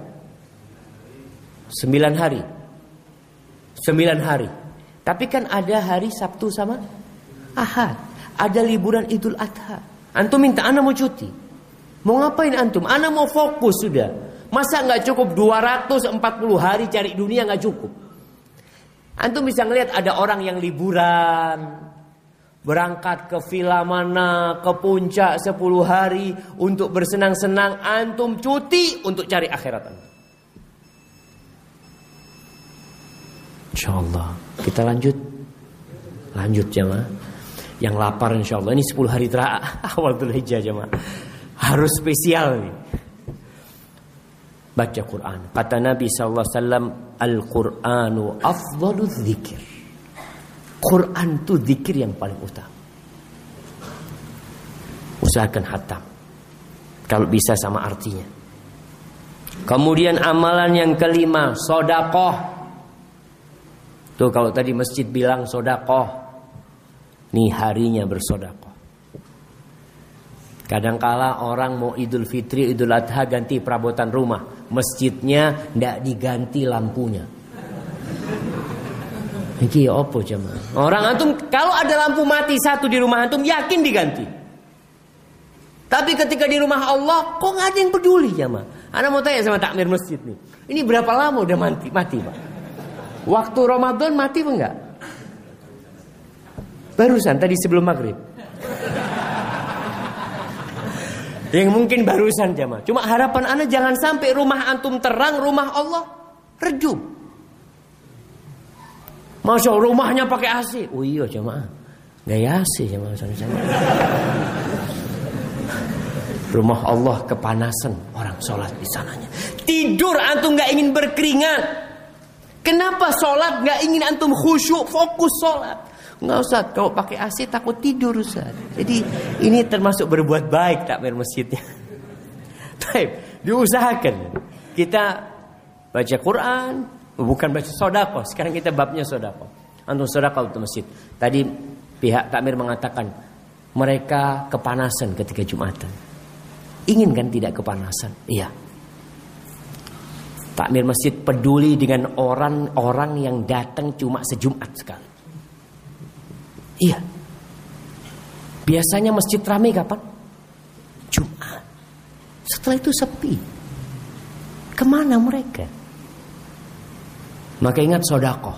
9 hari. 9 hari. Tapi kan ada hari Sabtu sama Ahad. Ada liburan Idul Adha. Antum minta, "Ana mau cuti." Mau ngapain antum? Ana mau fokus sudah. Masa gak cukup 240 hari cari dunia, gak cukup? Antum bisa ngelihat ada orang yang liburan, berangkat ke villa mana, ke puncak 10 hari untuk bersenang-senang. Antum cuti untuk cari akhirat antum. InsyaAllah. Kita lanjut jamaah. Yang lapar insyaAllah. Ini 10 hari awal Dzulhijjah jamaah. Harus spesial nih. Baca Quran. Kata Nabi SAW, Al-Quranu afdalul dzikir. Quran itu zikir yang paling utama. Usahakan hatam. Kalau bisa sama artinya. Kemudian amalan yang kelima, sedekah. Tuh kalau tadi masjid bilang sedekah, nih harinya bersedekah. Kadangkala orang mau Idul Fitri, Idul Adha ganti perabotan rumah, masjidnya ndak diganti lampunya. Iki opo jemaah? Orang antum kalau ada lampu mati satu di rumah antum yakin diganti. Tapi ketika di rumah Allah kok nggak ada yang peduli jemaah? Ana mau tanya sama takmir masjid nih. Ini berapa lama udah mati Pak? Waktu Ramadan mati apa enggak? Barusan tadi sebelum maghrib. Yang mungkin barusan jemaah. Cuma harapan ana jangan sampai rumah antum terang, rumah Allah redup. Masya Allah rumahnya pakai AC. Oh iya jemaah, gaya AC jemaah. Rumah Allah kepanasan, orang sholat di sananya. Tidur antum gak ingin berkeringat. Kenapa sholat gak ingin antum khusyuk, fokus sholat? Nggak usah, kalau pakai AC takut tidur Ustaz. Jadi ini termasuk berbuat baik takmir masjidnya. Baik, diusahakan kita baca Quran. Bukan baca sedekah. Sekarang kita babnya sedekah. Antum sedekah untuk masjid. Tadi pihak takmir mengatakan mereka kepanasan ketika Jumatan. Ingin kan tidak kepanasan? Iya. Takmir masjid peduli dengan orang-orang yang datang cuma sejumat sekali. Iya. Biasanya masjid ramai kapan? Jumat. Setelah itu sepi. Kemana mereka? Maka ingat sedekah.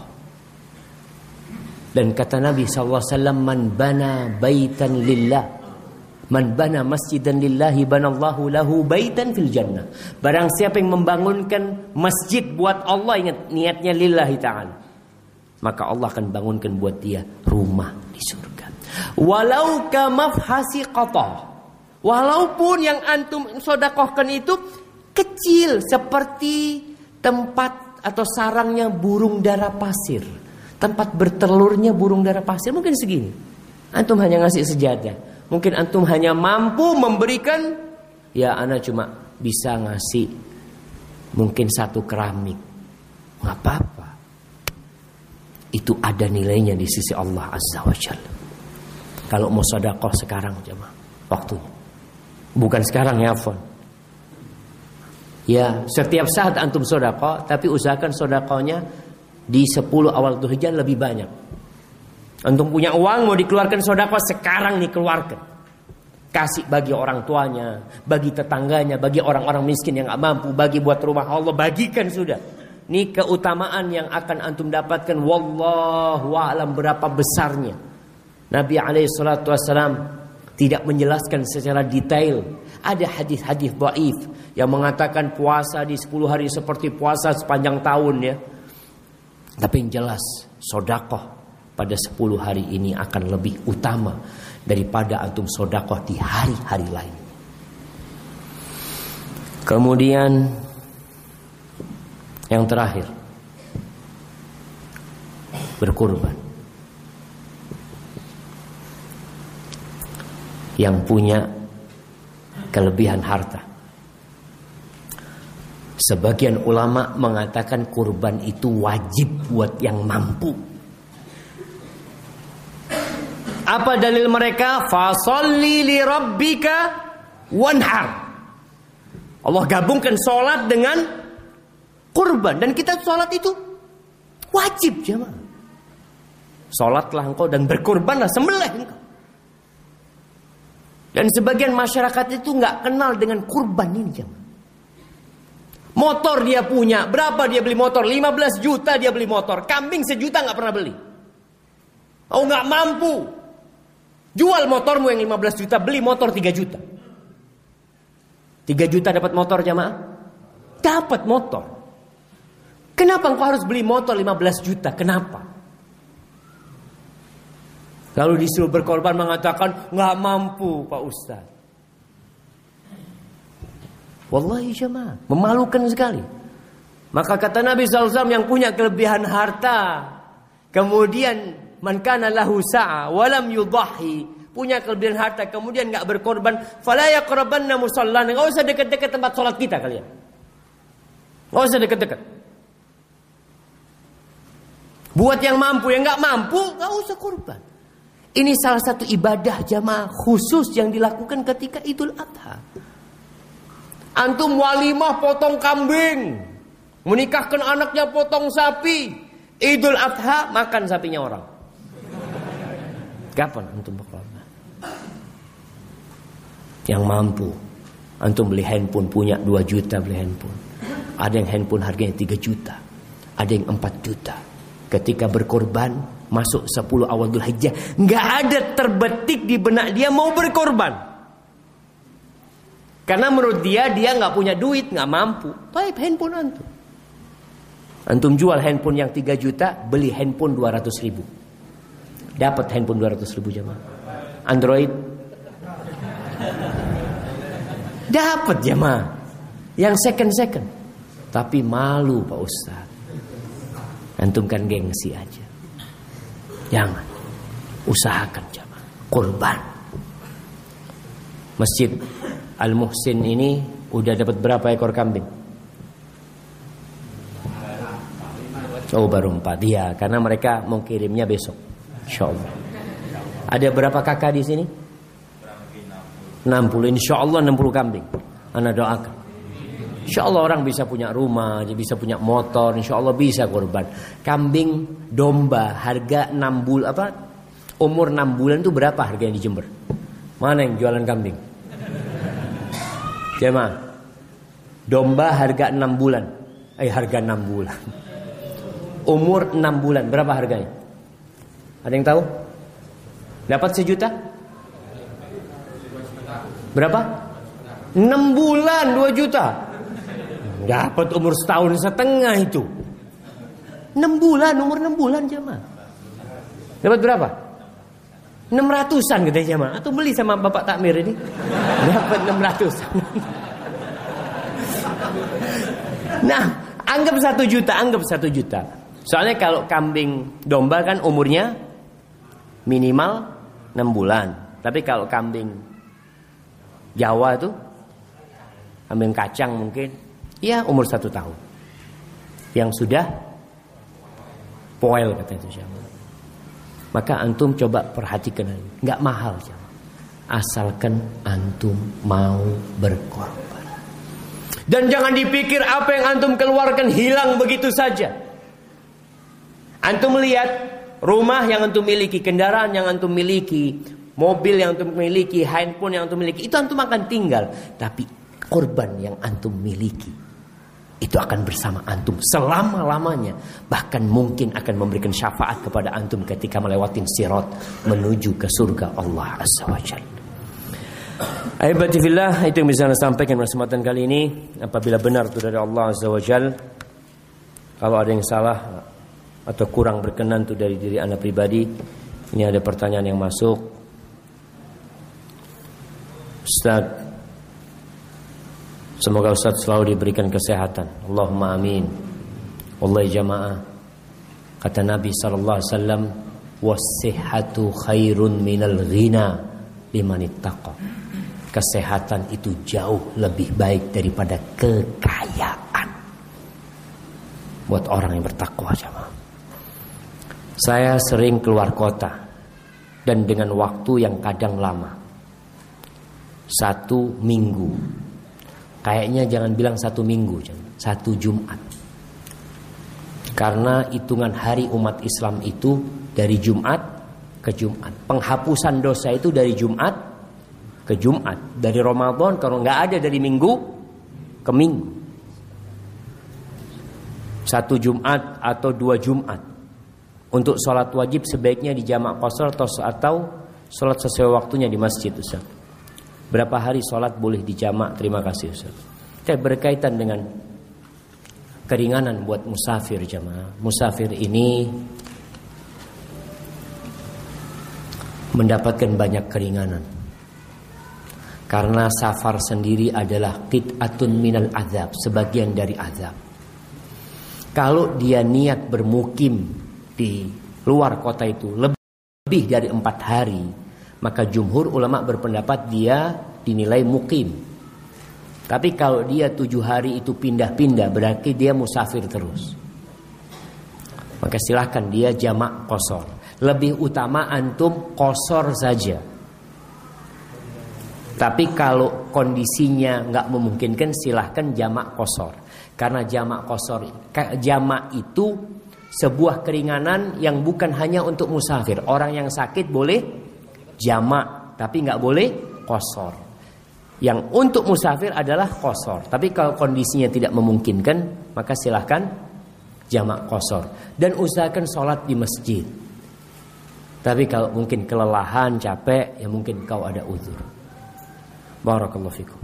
Dan kata Nabi SAW, man bana baitan lillah, man bana masjidan lillahi banallahu lahu baitan fil jannah. Barang siapa yang membangunkan masjid buat Allah, ingat niatnya lillahi ta'ala, maka Allah akan bangunkan buat dia rumah di surga. Walau kamafhasi qatah, walaupun yang antum sedekahkan itu kecil seperti tempat atau sarangnya burung dara pasir, tempat bertelurnya burung dara pasir, mungkin segini. Antum hanya ngasih sejadah. Mungkin antum hanya mampu memberikan, ya ana cuma bisa ngasih mungkin satu keramik. Nggak apa-apa. Itu ada nilainya di sisi Allah Azza wa Jalla. Kalau mau sedekah sekarang jemaah, waktunya. Bukan sekarang ya, Fon. Ya, setiap saat antum sedekah, tapi usahakan sedekahnya di 10 awal Dzulhijjah lebih banyak. Antum punya uang mau dikeluarkan sedekah sekarang nih, keluarkan. Kasih bagi orang tuanya, bagi tetangganya, bagi orang-orang miskin yang enggak mampu, bagi buat rumah Allah, bagikan sudah. Ini keutamaan yang akan antum dapatkan, wallahu a'lam berapa besarnya. Nabi alaihi salatu wasalam tidak menjelaskan secara detail. Ada hadis-hadis dhaif yang mengatakan puasa di 10 hari seperti puasa sepanjang tahun ya. Tapi yang jelas sedekah pada 10 hari ini akan lebih utama daripada antum sedekah di hari-hari lain. Kemudian yang terakhir, berkurban. Yang punya kelebihan harta. Sebagian ulama mengatakan kurban itu wajib buat yang mampu. Apa dalil mereka? Fasolli li rabbika wanhar. Allah gabungkan sholat dengan kurban. Dan kita sholat itu wajib jemaah. Sholatlah engkau dan berkurbanlah, sembelih engkau. Dan sebagian masyarakat itu nggak kenal dengan kurban ini jemaah. Motor dia punya, berapa dia beli motor? 15 juta dia beli motor. Kambing 1 juta nggak pernah beli. Oh nggak mampu. Jual motormu yang 15 juta, beli motor 3 juta. 3 juta dapat motor jemaah? Dapat motor. Kenapa engkau harus beli motor 15 juta? Kenapa? Lalu disuruh berkorban mengatakan nggak mampu Pak Ustaz. Wallahi jemaah, memalukan sekali. Maka kata Nabi SAW, yang punya kelebihan harta, kemudian man kana lahu sa'a walam yudhahi, punya kelebihan harta kemudian enggak berkorban, fala yaqrabanna musallana, enggak usah dekat-dekat tempat salat kita kalian. Enggak usah dekat-dekat. Buat yang mampu, yang enggak mampu enggak usah korban. Ini salah satu ibadah jamaah khusus yang dilakukan ketika Idul Adha. Antum walimah potong kambing, menikahkan anaknya potong sapi, Idul Adha makan sapinya orang. Kapan antum berkorban? Yang mampu, antum beli handphone, punya 2 juta beli handphone. Ada yang handphone harganya 3 juta, ada yang 4 juta. Ketika berkorban, masuk 10 awal Dzulhijjah, nggak ada terbetik di benak dia mau berkorban. Karena menurut dia nggak punya duit, nggak mampu. Baik, handphone antum. Antum jual handphone yang 3 juta, beli handphone 200.000. Dapat handphone 200.000 jemaah. Android dapat jemaah. Yang second. Tapi malu Pak Ustaz. Antum kan gengsi aja. Jangan. Usahakan jemaah. Kurban. Masjid Al-Muhsin ini udah dapat berapa ekor kambing? Oh, baru 4. Ya, karena mereka mau kirimnya besok. Insyaallah. Ada berapa kakak di sini? 60. Insyaallah 60 kambing. Ana doakan. Insyaallah orang bisa punya rumah, bisa punya motor, insyaallah bisa korban. Kambing domba harga 6 bulan umur 6 bulan itu berapa harganya di Jember? Mana yang jualan kambing? Jemaah. Domba harga 6 bulan. Harga 6 bulan. Umur 6 bulan berapa harganya? Ada yang tahu? Dapat 1 juta? Berapa? 6 bulan 2 juta. Dapat umur 1,5 tahun itu. 6 bulan, umur 6 bulan jemaah. Dapat berapa? 600-an katanya jemaah. Atau beli sama Bapak Takmir ini. Dapat 600-an. Nah, anggap 1 juta. Soalnya kalau kambing domba kan umurnya minimal 6 bulan. Tapi kalau kambing Jawa tuh, kambing kacang mungkin, ya umur 1 tahun. Yang sudah poel kata itu siapa. Maka antum coba perhatikan, nggak mahal siapa. Asalkan antum mau berkorban. Dan jangan dipikir apa yang antum keluarkan hilang begitu saja. Antum lihat rumah yang antum miliki, kendaraan yang antum miliki, mobil yang antum miliki, handphone yang antum miliki, itu antum akan tinggal. Tapi korban yang antum miliki itu akan bersama antum selama-lamanya. Bahkan mungkin akan memberikan syafaat kepada antum ketika melewati sirat menuju ke surga Allah Azza wa Jalla. Ahibati fillah, itu yang bisa saya sampaikan pada kesempatan kali ini. Apabila benar itu dari Allah Azza wa Jalla, kalau ada yang salah atau kurang berkenan itu dari diri anda pribadi. Ini ada pertanyaan yang masuk. Ustaz, semoga Ustaz selalu diberikan kesehatan. Allahumma amin. Wallahi jamaah, kata Nabi SAW, was-sihhatu khairun minal ghina liman ittaqa. Kesehatan itu jauh lebih baik daripada kekayaan buat orang yang bertakwa jamaah. Saya sering keluar kota dan dengan waktu yang kadang lama. 1 minggu. Kayaknya jangan bilang 1 minggu, 1 Jumat. Karena hitungan hari umat Islam itu dari Jumat ke Jumat. Penghapusan dosa itu dari Jumat ke Jumat. Dari Ramadan kalau nggak ada dari minggu ke minggu. 1 Jumat atau 2 Jumat. Untuk sholat wajib sebaiknya di jamak qashar atau sholat sesuai waktunya di masjid Ustaz. Berapa hari sholat boleh di jamak? Terima kasih Ustaz. Kita berkaitan dengan keringanan buat musafir jamaah. Musafir ini mendapatkan banyak keringanan. Karena safar sendiri adalah qit'atun minal azab, sebagian dari azab. Kalau dia niat bermukim di luar kota itu lebih dari 4 hari, maka jumhur ulama berpendapat dia dinilai mukim. Tapi kalau dia 7 hari itu pindah-pindah, berarti dia musafir terus. Maka silahkan dia jamak qasar. Lebih utama antum qasar saja. Tapi kalau kondisinya nggak memungkinkan, silahkan jamak qasar. Karena jamak qasar, jamak itu sebuah keringanan yang bukan hanya untuk musafir. Orang yang sakit boleh jamak, tapi nggak boleh qasar. Yang untuk musafir adalah qasar. Tapi kalau kondisinya tidak memungkinkan, maka silahkan jamak qasar. Dan usahakan sholat di masjid. Tapi kalau mungkin kelelahan, capek, ya mungkin kau ada uzur. Barakallahu fikum.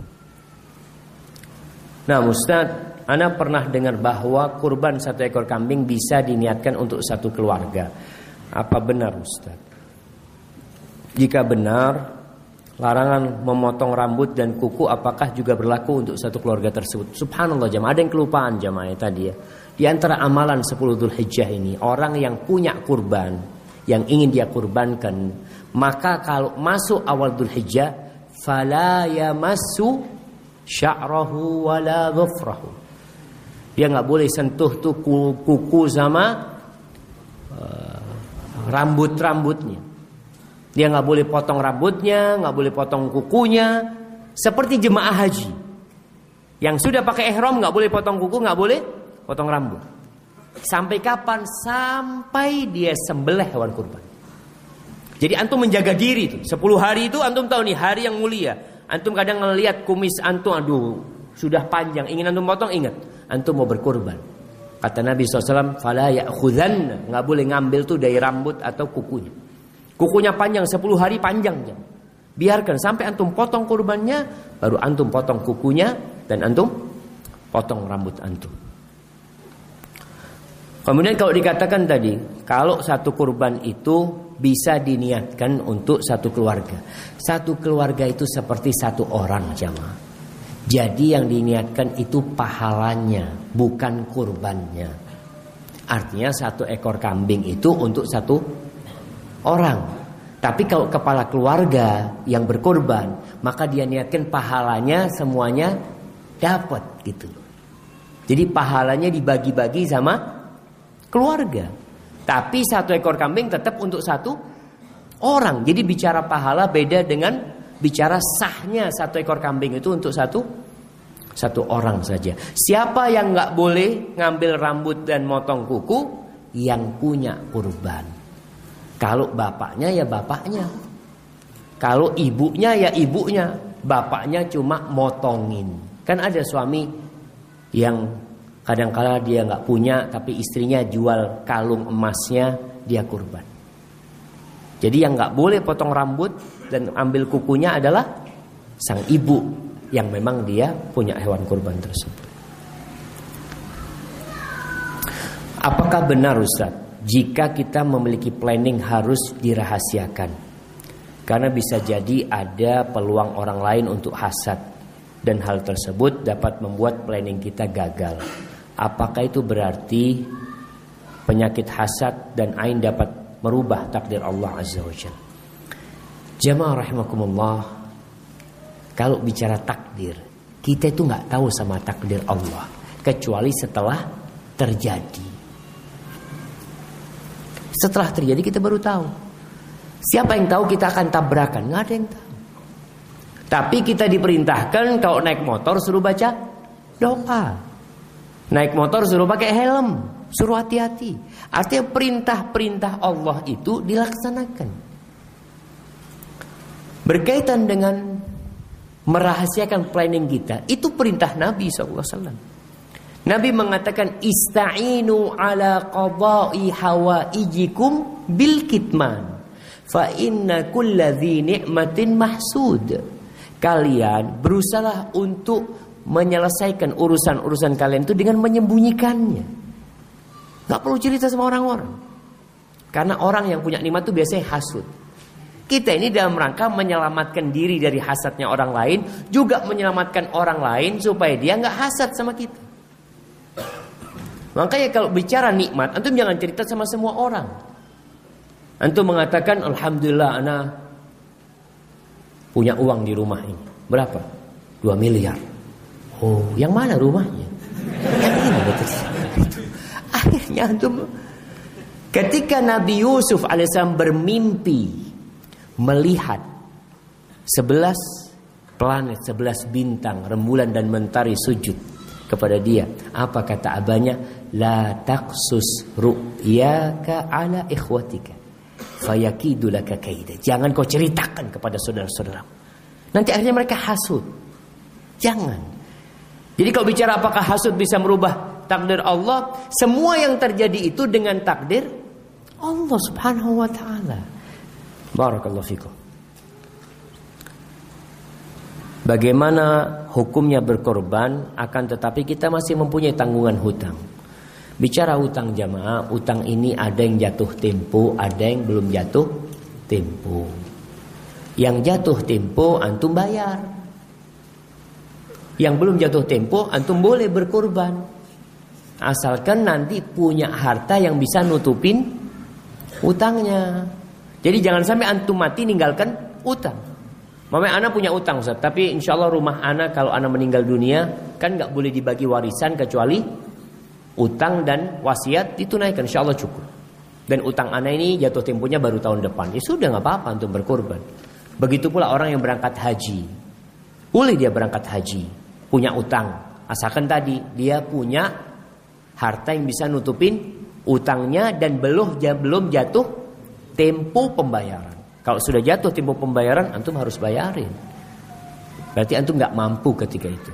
Nah Ustaz, ana pernah dengar bahwa kurban 1 ekor kambing bisa diniatkan untuk satu keluarga. Apa benar Ustaz? Jika benar, larangan memotong rambut dan kuku apakah juga berlaku untuk satu keluarga tersebut? Subhanallah jamaah, ada yang kelupaan jamaah tadi ya. Di antara amalan 10 Dzulhijjah ini, orang yang punya kurban, yang ingin dia kurbankan, maka kalau masuk awal Dzulhijjah, fala yamassu sya'rahu wala dhufrahu. Dia nggak boleh sentuh tuh kuku sama rambut-rambutnya. Dia nggak boleh potong rambutnya, nggak boleh potong kukunya. Seperti jemaah haji yang sudah pakai ihram, nggak boleh potong kuku, nggak boleh potong rambut. Sampai kapan? Sampai dia sembelih hewan kurban. Jadi antum menjaga diri tuh. 10 hari itu antum tahu nih hari yang mulia. Antum kadang ngelihat kumis antum, aduh sudah panjang, ingin antum potong, ingat antum mau berkurban. Kata Nabi SAW, fala ya'khudhanna, nggak boleh ngambil tuh dari rambut atau kukunya. Kukunya panjang 10 hari panjang. Biarkan sampai antum potong kurbannya, baru antum potong kukunya dan antum potong rambut antum. Kemudian kalau dikatakan tadi, kalau satu kurban itu bisa diniatkan untuk satu keluarga. Satu keluarga itu seperti satu orang jamaah. Jadi yang diniatkan itu pahalanya, bukan kurbannya. Artinya 1 ekor kambing itu untuk satu orang. Tapi kalau kepala keluarga yang berkorban, maka dia niatkan pahalanya semuanya dapat gitu. Jadi pahalanya dibagi-bagi sama keluarga. Tapi 1 ekor kambing tetap untuk satu orang. Jadi bicara pahala beda dengan bicara sahnya 1 ekor kambing itu untuk satu orang saja. Siapa yang nggak boleh ngambil rambut dan motong kuku? Yang punya kurban. Kalau bapaknya ya bapaknya. Kalau ibunya ya ibunya. Bapaknya cuma motongin. Kan ada suami yang kadang-kala dia nggak punya, tapi istrinya jual kalung emasnya, dia kurban. Jadi yang nggak boleh potong rambut dan ambil kukunya adalah sang ibu yang memang dia punya hewan kurban tersebut. Apakah benar Ustaz, jika kita memiliki planning harus dirahasiakan? Karena bisa jadi ada peluang orang lain untuk hasad, dan hal tersebut dapat membuat planning kita gagal. Apakah itu berarti penyakit hasad dan ain dapat merubah takdir Allah Azza wa Jalla? Jamaah rahimakumullah, kalau bicara takdir, kita itu nggak tahu sama takdir Allah kecuali setelah terjadi. Setelah terjadi kita baru tahu. Siapa yang tahu kita akan tabrakan? Nggak ada yang tahu. Tapi kita diperintahkan kalau naik motor suruh baca doa. Naik motor suruh pakai helm, suruh hati-hati. Artinya perintah-perintah Allah itu dilaksanakan. Berkaitan dengan merahasiakan planning kita, itu perintah Nabi SAW. Nabi mengatakan ista'inu ala qada'i hawaijikum bil kitman fa inna kulladzi ni'matin mahsud. Kalian berusaha untuk menyelesaikan urusan-urusan kalian itu dengan menyembunyikannya. Gak perlu cerita sama orang-orang. Karena orang yang punya nikmat itu biasanya hasud. Kita ini dalam rangka menyelamatkan diri dari hasadnya orang lain, juga menyelamatkan orang lain supaya dia nggak hasad sama kita. Makanya kalau bicara nikmat, antum jangan cerita sama semua orang. Antum mengatakan, alhamdulillah ana punya uang di rumah ini. Berapa? 2 miliar. Oh, yang mana rumahnya? Yang ini betul. Akhirnya antum, ketika Nabi Yusuf alaihissalam bermimpi melihat 11 planet, 11 bintang, rembulan dan mentari sujud kepada dia, apa kata abahnya? La taqsus ru'yaka ala ikhwatika fayakidu laka kaida. Jangan kau ceritakan kepada saudara-saudara, nanti akhirnya mereka hasud. Jangan. Jadi kalau bicara apakah hasud bisa merubah takdir Allah, semua yang terjadi itu dengan takdir Allah subhanahu wa ta'ala. Barakallahu fikum. Bagaimana hukumnya berkorban, akan tetapi kita masih mempunyai tanggungan hutang. Bicara hutang jamaah, hutang ini ada yang jatuh tempo, ada yang belum jatuh tempo. Yang jatuh tempo antum bayar. Yang belum jatuh tempo antum boleh berkorban, asalkan nanti punya harta yang bisa nutupin hutangnya. Jadi jangan sampai antum mati ninggalkan utang. Mamanya anak punya utang Ustaz, tapi insya Allah rumah anak kalau anak meninggal dunia kan nggak boleh dibagi warisan kecuali utang dan wasiat ditunaikan, insya Allah cukup. Dan utang anak ini jatuh temponya baru tahun depan. Ya sudah, nggak apa-apa untuk berkorban. Begitu pula orang yang berangkat haji, boleh dia berangkat haji, punya utang, asalkan tadi dia punya harta yang bisa nutupin utangnya dan belum jatuh tempo pembayaran. Kalau sudah jatuh tempo pembayaran, antum harus bayarin. Berarti antum nggak mampu ketika itu.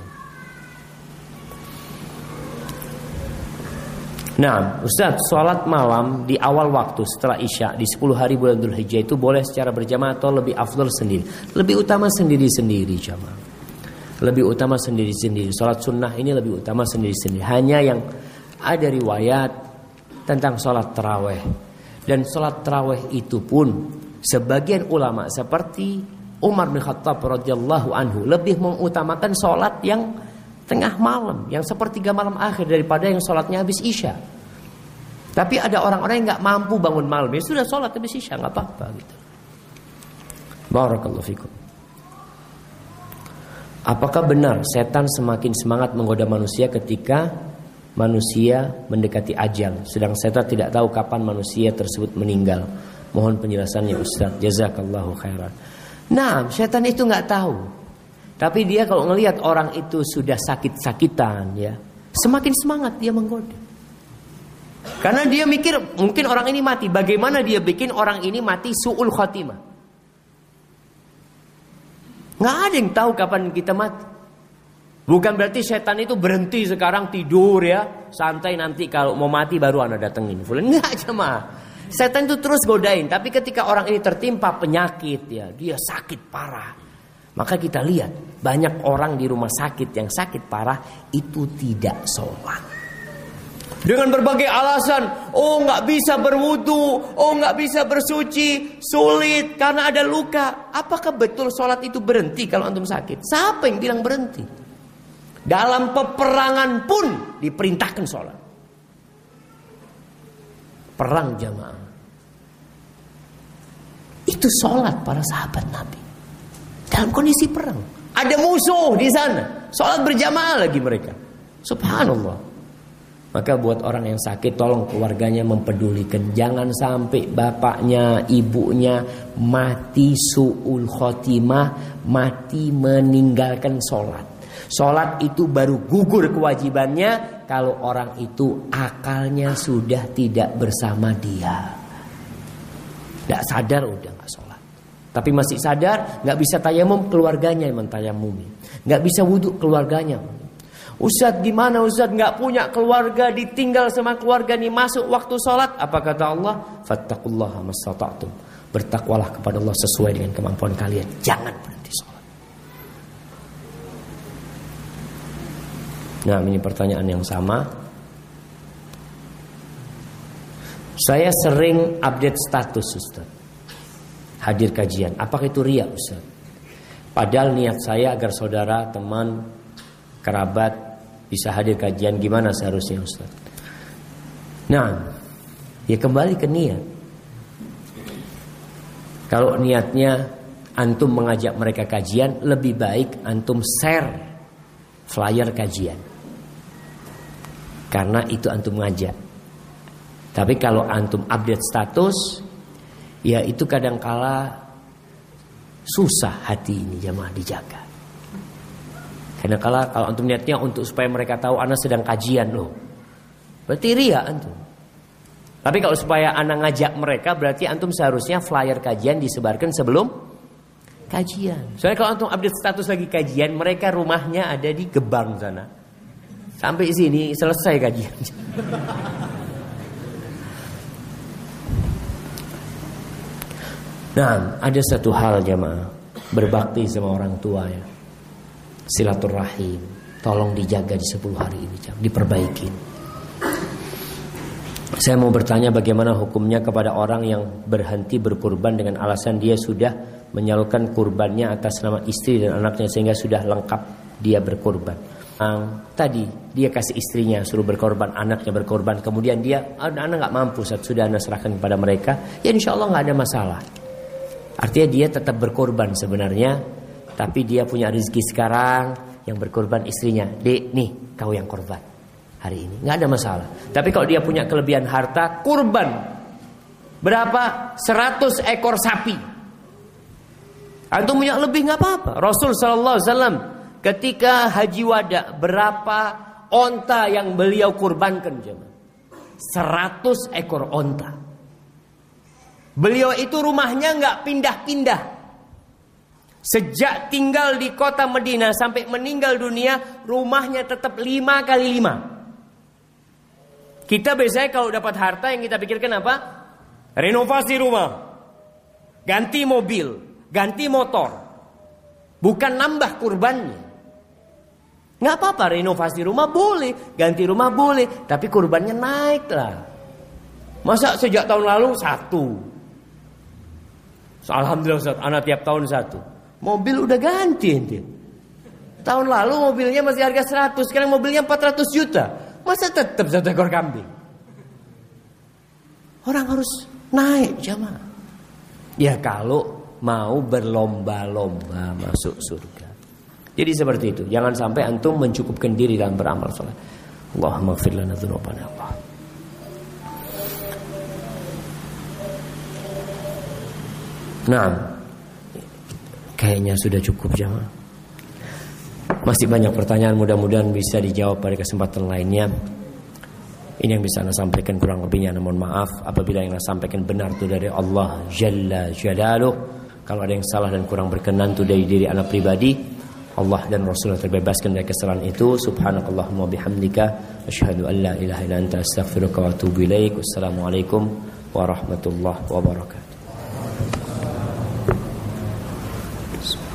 Nah, Ustaz, sholat malam di awal waktu setelah Isya di 10 hari bulan Dzulhijjah itu boleh secara berjamaah atau lebih afdal sendiri? Lebih utama sendiri-sendiri jamaah. Lebih utama sendiri-sendiri. Sholat sunnah ini lebih utama sendiri-sendiri. Hanya yang ada riwayat tentang sholat taraweh. Dan sholat taraweh itu pun sebagian ulama seperti Umar bin Khattab radhiyallahu anhu lebih mengutamakan sholat yang tengah malam, yang sepertiga malam akhir daripada yang sholatnya habis Isya. Tapi ada orang-orang yang nggak mampu bangun malam, ya sudah sholat habis Isya nggak apa-apa gitu. Barakallahu fikum. Apakah benar setan semakin semangat menggoda manusia ketika manusia mendekati ajal, sedang setan tidak tahu kapan manusia tersebut meninggal? Mohon penjelasannya Ustaz. Jazakallahu khairan. Nah, setan itu nggak tahu. Tapi dia kalau ngelihat orang itu sudah sakit-sakitan, ya, semakin semangat dia menggoda. Karena dia mikir mungkin orang ini mati. Bagaimana dia bikin orang ini mati su'ul khatimah? Nggak ada yang tahu kapan kita mati. Bukan berarti setan itu berhenti sekarang tidur ya, santai nanti kalau mau mati baru anda datengin. Nggak jemaah. Setan itu terus godain. Tapi ketika orang ini tertimpa penyakit, ya, dia sakit parah, maka kita lihat banyak orang di rumah sakit yang sakit parah itu tidak sholat dengan berbagai alasan. Oh, nggak bisa berwudu, oh nggak bisa bersuci, sulit karena ada luka. Apakah betul sholat itu berhenti kalau antum sakit? Siapa yang bilang berhenti? Dalam peperangan pun diperintahkan sholat. Perang jamaah itu sholat para sahabat Nabi dalam kondisi perang. Ada musuh di sana, sholat berjamaah lagi mereka. Subhanallah. Maka buat orang yang sakit, tolong keluarganya mempedulikan. Jangan sampai bapaknya, ibunya mati su'ul khotimah, mati meninggalkan sholat. Sholat itu baru gugur kewajibannya kalau orang itu akalnya sudah tidak bersama dia. Tidak sadar udah gak sholat. Tapi masih sadar, gak bisa tayamum, keluarganya yang mentayamumi. Gak bisa wudhu, keluarganya. Ustaz gimana Ustaz, gak punya keluarga, ditinggal sama keluarga nih, masuk waktu sholat. Apa kata Allah? Fattaqullaha mastata'tum. Bertakwalah kepada Allah sesuai dengan kemampuan kalian. Jangan berhenti sholat. Nah, ini pertanyaan yang sama. Saya sering update status Ustaz. hadir kajian. Apakah itu riya, Ustaz? Padahal niat saya agar saudara, teman, kerabat bisa hadir kajian. Gimana seharusnya, Ustaz? Nah, ya kembali ke niat. Kalau niatnya antum mengajak mereka kajian, lebih baik antum share flyer kajian, karena itu antum ngajak. Tapi kalau antum update status, ya itu kadangkala susah hati ini jamaah dijaga. Kadangkala kalau antum niatnya untuk supaya mereka tahu ana sedang kajian loh, berarti riya antum. Tapi kalau supaya ana ngajak mereka, berarti antum seharusnya flyer kajian disebarkan sebelum kajian. Soalnya kalau antum update status lagi kajian, mereka rumahnya ada di Gebang sana. Sampai sini selesai kajian. Nah, ada satu hal jamaah, berbakti sama orang tua ya, silaturahim, tolong dijaga di 10 hari ini, diperbaikin. Saya mau bertanya bagaimana hukumnya kepada orang yang berhenti berkurban dengan alasan dia sudah menyalurkan kurbannya atas nama istri dan anaknya sehingga sudah lengkap dia berkurban. Tadi dia kasih istrinya suruh berkorban, anaknya berkorban, kemudian dia anak nggak mampu saat sudah anak serahkan kepada mereka, ya insya Allah nggak ada masalah. Artinya dia tetap berkorban sebenarnya, tapi dia punya rezeki sekarang yang berkorban istrinya. Dek, nih kau yang korban hari ini, nggak ada masalah. Tapi kalau dia punya kelebihan harta, kurban berapa? 100 ekor sapi. Antum punya lebih nggak apa-apa. Rasul Sallallahu Alaihi Wasallam ketika haji wada, berapa onta yang beliau kurbankan jemaah? 100 ekor onta. Beliau itu rumahnya nggak pindah-pindah. Sejak tinggal di kota Madinah sampai meninggal dunia, rumahnya tetap 5 kali 5. Kita biasanya kalau dapat harta yang kita pikirkan apa? Renovasi rumah, ganti mobil, ganti motor. Bukan nambah kurbannya. Nggak apa-apa, renovasi rumah boleh, ganti rumah boleh, tapi kurbannya naik lah. Masa sejak tahun lalu 1? Alhamdulillah Ustaz, anak tiap tahun 1. Mobil udah ganti ente. Tahun lalu mobilnya masih harga 100, sekarang mobilnya 400 juta. Masa tetap 1 ekor kambing? Orang harus naik jamaah. Ya kalau mau berlomba-lomba masuk surga. Jadi seperti itu. Jangan sampai antum mencukupkan diri dalam beramal saleh. Allahumma ighfir lana dzunubana ya Allah. Nah, kayaknya sudah cukup jamaah. Masih banyak pertanyaan, mudah-mudahan bisa dijawab pada kesempatan lainnya. Ini yang bisa Anda sampaikan, kurang lebihnya mohon maaf. Apabila yang Anda sampaikan benar itu dari Allah Jalla Jalaluh. Kalau ada yang salah dan kurang berkenan itu dari diri Anda pribadi, Allah dan Rasulullah terbebaskan dari kesalahan itu. Subhanakallahumma bihamdika asyhadu an la ilaha illa anta astaghfiruka wa atubu ilaik. Wassalamualaikum warahmatullahi wabarakatuh.